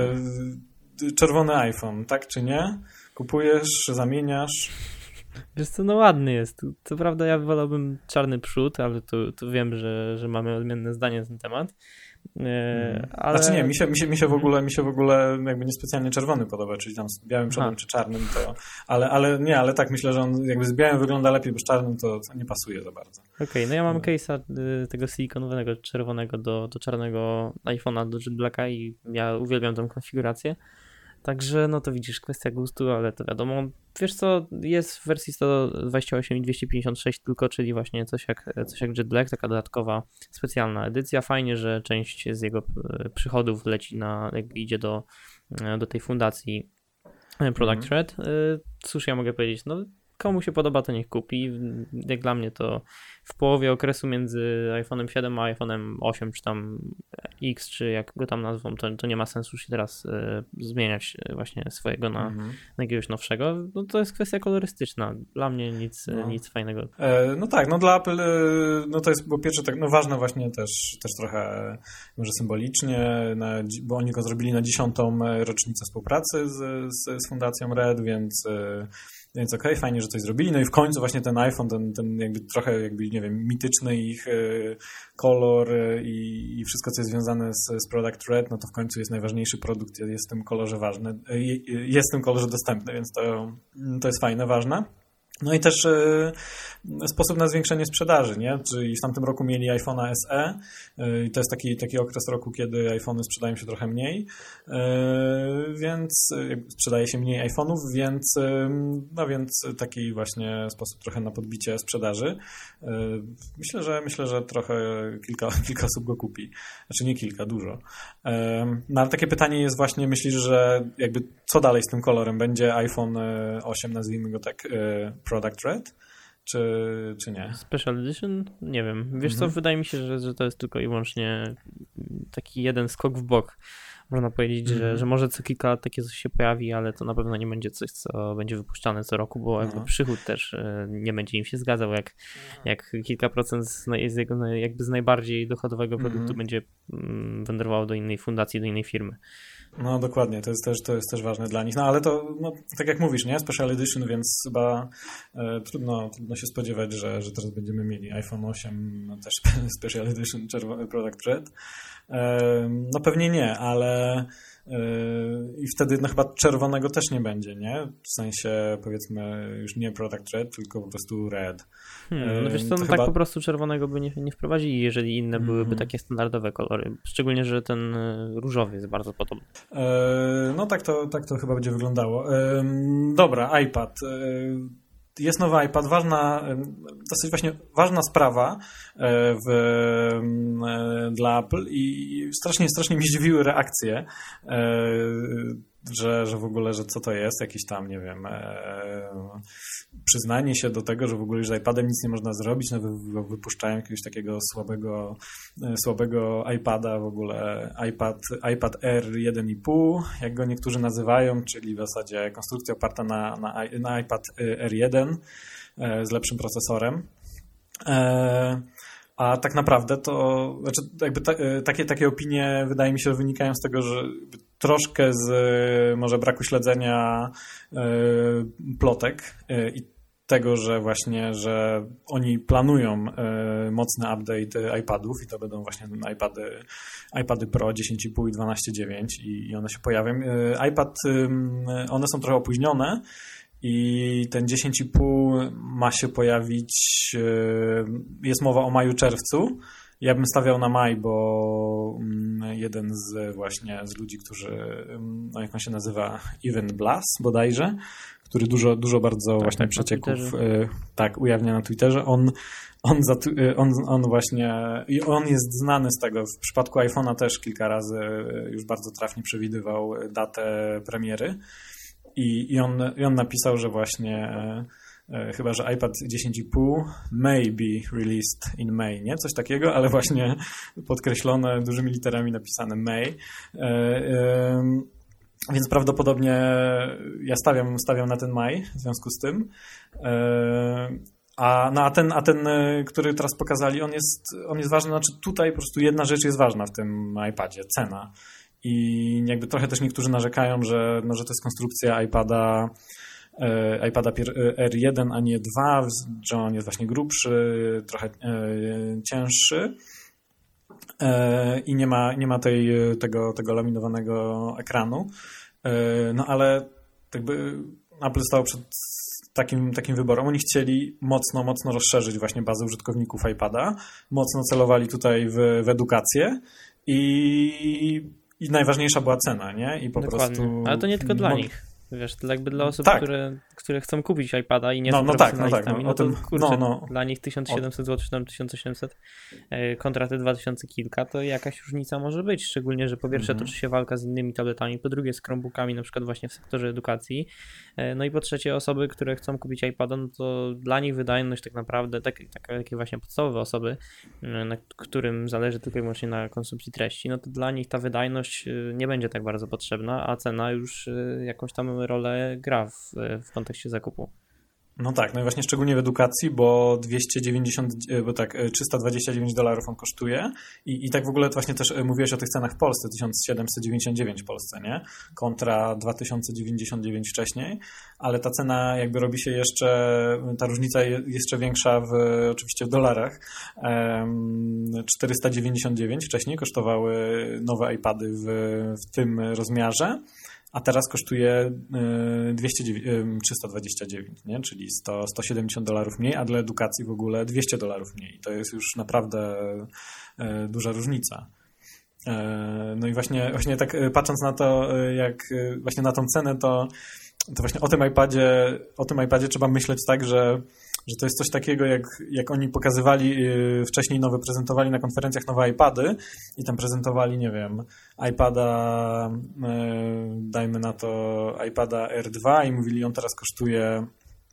Czerwony iPhone, tak czy nie? Kupujesz, zamieniasz? Wiesz co, no ładny jest. Co prawda ja wolałbym czarny przód, ale to wiem, że mamy odmienne zdanie na ten temat. Ale... Znaczy nie, mi się w ogóle jakby niespecjalnie czerwony podoba, czyli tam z białym przodem czy czarnym to, ale tak myślę, że on jakby z białym wygląda lepiej, bo z czarnym to nie pasuje za bardzo. Okej, no ja mam case'a tego silikonowego czerwonego do czarnego iPhone'a, do Jet Blacka i ja uwielbiam tę konfigurację. Także no to widzisz, kwestia gustu, ale to wiadomo. Wiesz co, jest w wersji 128 i 256 tylko, czyli właśnie coś jak Jet Black, taka dodatkowa specjalna edycja. Fajnie, że część z jego przychodów leci jakby idzie do tej fundacji Product Red. Cóż ja mogę powiedzieć, no komu się podoba, to niech kupi. Jak dla mnie to w połowie okresu między iPhone'em 7 a iPhone'em 8 czy tam X, czy jak go tam nazwą, to nie ma sensu się teraz zmieniać właśnie swojego na jakiegoś nowszego. No to jest kwestia kolorystyczna. Dla mnie nic fajnego. No tak, no dla Apple no to jest po pierwsze tak, no ważne właśnie też trochę może symbolicznie, bo oni go zrobili na 10. rocznicę współpracy z Fundacją Red, więc okej, fajnie, że coś zrobili. No i w końcu właśnie ten iPhone, ten jakby trochę jakby, nie wiem, mityczny ich kolor i wszystko, co jest związane z Product Red, no to w końcu jest najważniejszy produkt, jest w tym kolorze ważny, jest w tym kolorze dostępny, więc to jest fajne, ważne. No i też sposób na zwiększenie sprzedaży, nie? Czyli w tamtym roku mieli iPhone'a SE i to jest taki okres roku, kiedy iPhony sprzedają się trochę mniej, więc sprzedaje się mniej iPhone'ów, więc taki właśnie sposób trochę na podbicie sprzedaży. Myślę, że trochę kilka osób go kupi. Znaczy nie kilka, dużo. No ale takie pytanie jest właśnie, myślisz, że jakby co dalej z tym kolorem? Będzie iPhone 8, nazwijmy go tak, Product Red? Czy nie? Special Edition? Nie wiem. Wiesz co, wydaje mi się, że to jest tylko i wyłącznie taki jeden skok w bok. Można powiedzieć, że może co kilka lat takie coś się pojawi, ale to na pewno nie będzie coś, co będzie wypuszczane co roku, bo jakby przychód też nie będzie im się zgadzał, jak kilka procent z jego jakby z najbardziej dochodowego produktu będzie wędrowało do innej fundacji, do innej firmy. No dokładnie, to jest też ważne dla nich. No ale to, no, tak jak mówisz, nie? Special Edition, więc chyba trudno się spodziewać, że teraz będziemy mieli iPhone 8, no też Special Edition Product Red. No pewnie nie, ale i wtedy no chyba czerwonego też nie będzie, nie? W sensie powiedzmy już nie Product Red, tylko po prostu Red. No wiesz co, no tak po prostu czerwonego by nie wprowadzili, jeżeli inne byłyby takie standardowe kolory. Szczególnie, że ten różowy jest bardzo podobny. No tak to chyba będzie wyglądało. Dobra, iPad. Jest nowy iPad, dosyć właśnie ważna sprawa dla Apple i strasznie mnie zdziwiły reakcje, że w ogóle, że co to jest, jakieś tam, nie wiem, przyznanie się do tego, że w ogóle z iPadem nic nie można zrobić, no wypuszczają jakiegoś takiego słabego iPada, w ogóle iPad Air 1,5, jak go niektórzy nazywają, czyli w zasadzie konstrukcja oparta na iPad R1 z lepszym procesorem. A tak naprawdę to, znaczy jakby takie opinie wydaje mi się, że wynikają z tego, że troszkę z może braku śledzenia plotek i tego, że właśnie, że oni planują mocny update iPadów i to będą właśnie iPady Pro 10,5 i 12,9 i one się pojawią. One są trochę opóźnione i ten 10,5 ma się pojawić, jest mowa o maju, czerwcu. Ja bym stawiał na maj, bo jeden z ludzi, którzy, no jak on się nazywa, Evan Blass bodajże, który dużo bardzo właśnie przecieków ujawnia na Twitterze, on właśnie, i on jest znany z tego, w przypadku iPhone'a też kilka razy już bardzo trafnie przewidywał datę premiery i on napisał, że właśnie chyba, że iPad 10,5 may be released in May, nie? Coś takiego, ale właśnie podkreślone dużymi literami napisane May. Więc prawdopodobnie ja stawiam na ten maj w związku z tym. A ten, który teraz pokazali, on jest ważny. Znaczy tutaj po prostu jedna rzecz jest ważna w tym iPadzie, cena. I jakby trochę też niektórzy narzekają, że to jest konstrukcja iPada R1, a nie 2, że on jest właśnie grubszy, trochę cięższy i nie ma tego laminowanego ekranu. No ale jakby Apple stało przed takim wyborem. Oni chcieli mocno rozszerzyć właśnie bazę użytkowników iPada, mocno celowali tutaj w edukację i najważniejsza była cena, nie? I po Dokładnie. prostu... Ale to nie tylko dla nich. Wiesz, to jakby dla osób, które chcą kupić iPada i nie są profesjonalistami, dla nich 1700 zł czy tam 1800 kontra te 2000 kilka, to jakaś różnica może być, szczególnie, że po pierwsze toczy się walka z innymi tabletami, po drugie z Chromebookami, na przykład właśnie w sektorze edukacji, no i po trzecie osoby, które chcą kupić iPada, no to dla nich wydajność tak naprawdę, takie właśnie podstawowe osoby, na którym zależy tylko i wyłącznie na konsumpcji treści, no to dla nich ta wydajność nie będzie tak bardzo potrzebna, a cena już jakąś tam rolę gra w kontekście zakupu. No tak, no i właśnie szczególnie w edukacji, bo $329 on kosztuje i tak w ogóle to właśnie też mówiłeś o tych cenach w Polsce, 1799 w Polsce, nie? Kontra 2099 wcześniej, ale ta cena jakby robi się ta różnica jeszcze większa oczywiście w dolarach. 499 wcześniej kosztowały nowe iPady w tym rozmiarze, a teraz kosztuje 329, nie? Czyli $170 mniej, a dla edukacji w ogóle $200 mniej. To jest już naprawdę duża różnica. No i właśnie tak patrząc na to, jak właśnie na tą cenę, to właśnie o tym iPadzie trzeba myśleć tak, że to jest coś takiego, jak oni pokazywali wcześniej prezentowali na konferencjach nowe iPady i tam prezentowali, nie wiem, iPada, dajmy na to iPada R2 i mówili, on teraz kosztuje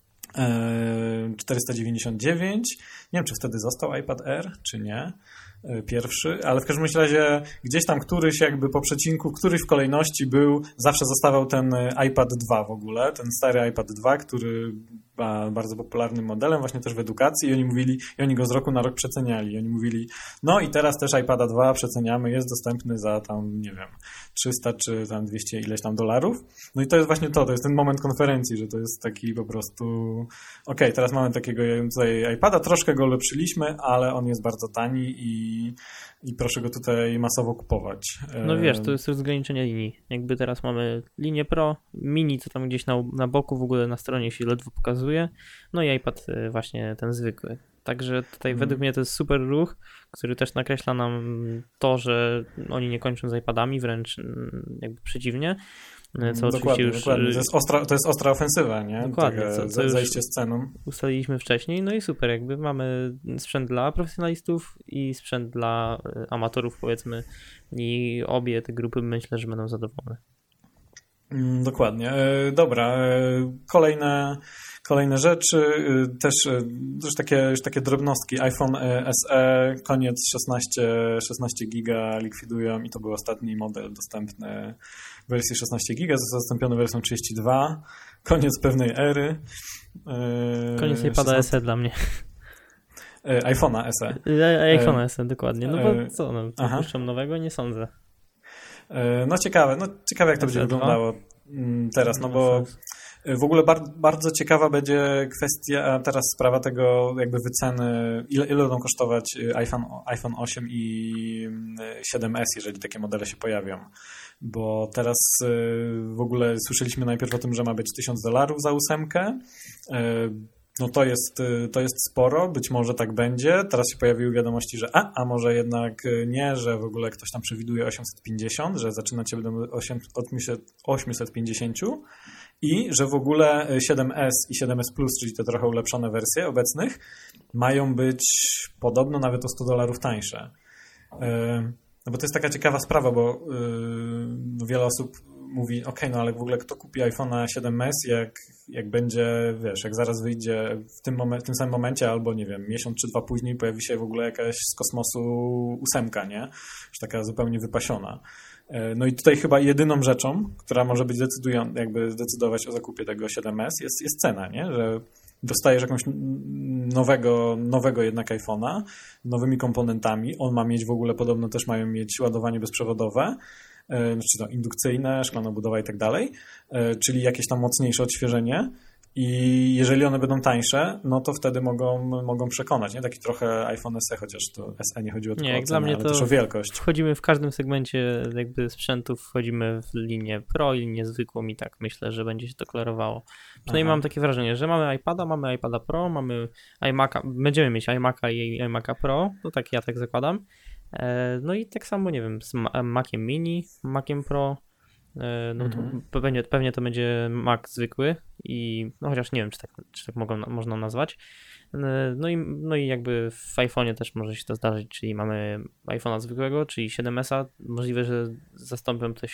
499. Nie wiem, czy wtedy został iPad R, czy nie. Pierwszy, ale w każdym razie gdzieś tam któryś jakby po przecinku, któryś w kolejności zawsze zostawał ten iPad 2 w ogóle, ten stary iPad 2, który chyba bardzo popularnym modelem, właśnie też w edukacji i oni mówili, i oni go z roku na rok przeceniali. I oni mówili, no i teraz też iPada 2 przeceniamy, jest dostępny za tam, nie wiem, 300 czy tam 200 ileś tam dolarów. No i to jest właśnie to jest ten moment konferencji, że to jest taki po prostu okej, teraz mamy takiego tutaj iPada, troszkę go ulepszyliśmy, ale on jest bardzo tani i proszę go tutaj masowo kupować. No wiesz, to jest rozgraniczenie linii. Jakby teraz mamy linię Pro, Mini, co tam gdzieś na boku w ogóle na stronie się ledwo pokazuje, no i iPad właśnie ten zwykły. Także tutaj według mnie to jest super ruch, który też nakreśla nam to, że oni nie kończą z iPadami, wręcz jakby przeciwnie. Co dokładnie, już, dokładnie. To jest ostra ofensywa, nie? Dokładnie. Zajście z ceną. Ustaliliśmy wcześniej, no i super, jakby mamy sprzęt dla profesjonalistów i sprzęt dla amatorów, powiedzmy, i obie te grupy myślę, że będą zadowolone. Dokładnie. Dobra, kolejne rzeczy, też już takie drobnostki. iPhone SE, koniec 16 giga likwidują i to był ostatni model dostępny w wersji 16 giga, został zastąpiony wersją 32. Koniec pewnej ery. Koniec iPada SE dla mnie. iPhone'a SE. iPhone'a SE, dokładnie. No bo co, puszczą nowego? Nie sądzę. No ciekawe jak to będzie wyglądało teraz, no bo w ogóle bardzo ciekawa będzie kwestia, teraz sprawa tego jakby wyceny, ile będą kosztować iPhone 8 i 7S, jeżeli takie modele się pojawią. Bo teraz w ogóle słyszeliśmy najpierw o tym, że ma być $1000 za 8. No to jest sporo, być może tak będzie. Teraz się pojawiły wiadomości, że a może jednak nie, że w ogóle ktoś tam przewiduje 850, że zaczynać się będą od 850 i że w ogóle 7S i 7S Plus, czyli te trochę ulepszone wersje obecnych, mają być podobno nawet o $100 tańsze. No bo to jest taka ciekawa sprawa, bo wiele osób mówi, no ale w ogóle kto kupi iPhone'a 7S, jak będzie, wiesz, jak zaraz wyjdzie w tym samym momencie, albo nie wiem, miesiąc czy dwa później pojawi się w ogóle jakaś z kosmosu 8, nie? Już taka zupełnie wypasiona. No i tutaj chyba jedyną rzeczą, która może być zdecydować o zakupie tego 7S jest cena, nie? Że dostajesz jakąś nowego jednak iPhone'a, nowymi komponentami. On ma mieć w ogóle, podobno też mają mieć ładowanie bezprzewodowe, znaczy indukcyjne, szklanobudowa i tak dalej, czyli jakieś tam mocniejsze odświeżenie. I jeżeli one będą tańsze, no to wtedy mogą przekonać, nie? Taki trochę iPhone SE, chociaż to SE nie chodziło tylko o cenę, ale też o wielkość. Wchodzimy w każdym segmencie jakby sprzętów, wchodzimy w linię Pro i linię zwykłą i tak myślę, że będzie się to klarowało. Przynajmniej mam takie wrażenie, że mamy iPada Pro, mamy iMac'a, będziemy mieć iMac'a i iMac'a Pro, no tak ja tak zakładam. No i tak samo, nie wiem, z Maciem Mini, Maciem Pro, no to pewnie to będzie Mac zwykły i no chociaż nie wiem, czy tak można nazwać. No i jakby w iPhone'ie też może się to zdarzyć, czyli mamy iPhone'a zwykłego, czyli 7S-a. Możliwe, że zastąpią te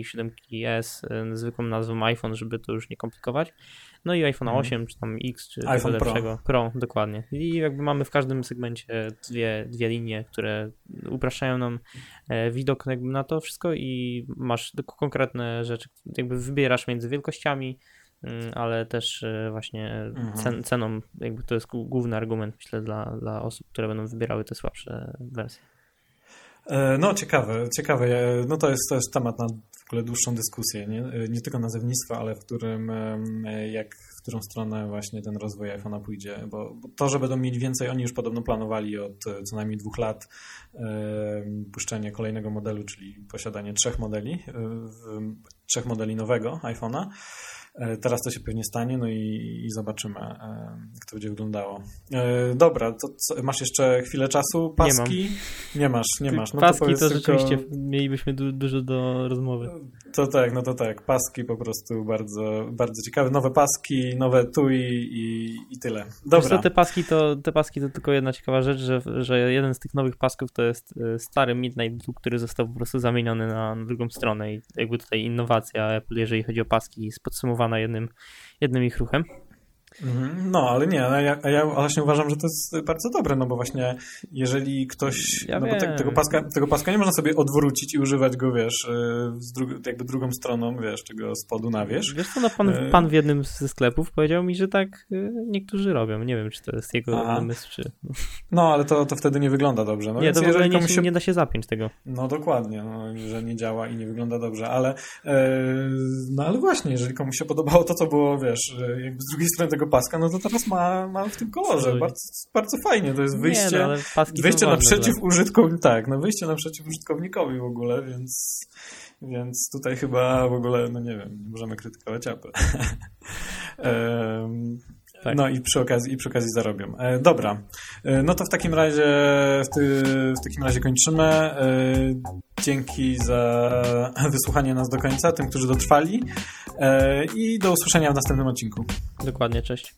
7S zwykłą nazwą iPhone, żeby to już nie komplikować. No i iPhone'a 8, czy tam X, czy iPhone tego lepszego. Pro, dokładnie. I jakby mamy w każdym segmencie dwie linie, które upraszczają nam widok jakby na to wszystko i masz konkretne rzeczy, jakby wybierasz między wielkościami, ale też właśnie ceną, jakby to jest główny argument, myślę, dla osób, które będą wybierały te słabsze wersje. No ciekawe. No to jest temat na w ogóle dłuższą dyskusję, nie tylko nazewnictwa, ale w którą stronę właśnie ten rozwój iPhone'a pójdzie, bo to, że będą mieli więcej, oni już podobno planowali od co najmniej 2 lat puszczenie kolejnego modelu, czyli posiadanie 3 modeli nowego iPhone'a. Teraz to się pewnie stanie, no i zobaczymy, jak to będzie wyglądało. Dobra, to masz jeszcze chwilę czasu? Paski? Nie masz. No paski to rzeczywiście mielibyśmy dużo do rozmowy. To tak. Paski po prostu bardzo, bardzo ciekawe. Nowe paski, nowe TUI i tyle. Dobra. Wiesz co, te paski to tylko jedna ciekawa rzecz, że jeden z tych nowych pasków to jest stary Midnight Blue, który został po prostu zamieniony na drugą stronę i jakby tutaj innowacja Apple, jeżeli chodzi o paski, jest podsumowana jednym ich ruchem. No, ale nie, a ja właśnie uważam, że to jest bardzo dobre, no bo właśnie jeżeli ktoś, no bo tego paska nie można sobie odwrócić i używać go, wiesz, jakby drugą stroną, wiesz, tego spodu na wierzch. Wiesz co, no pan w jednym ze sklepów powiedział mi, że tak niektórzy robią, nie wiem, czy to jest jego pomysł, czy... No, ale to wtedy nie wygląda dobrze. No, nie, to w ogóle nie da się zapiąć tego. No dokładnie, no, że nie działa i nie wygląda dobrze, ale no ale właśnie, jeżeli komuś się podobało to, co było, wiesz, jakby z drugiej strony tego paska, no to teraz ma w tym kolorze. Bardzo fajnie, to jest wyjście, wyjście naprzeciw użytkownikowi, tak, no wyjście naprzeciw użytkownikowi w ogóle, więc tutaj chyba w ogóle, no nie wiem, możemy krytykować Apple. Tak. No i przy okazji zarobią. Dobra, no to w takim razie kończymy. Dzięki za wysłuchanie nas do końca, tym, którzy dotrwali, i do usłyszenia w następnym odcinku. Dokładnie, cześć.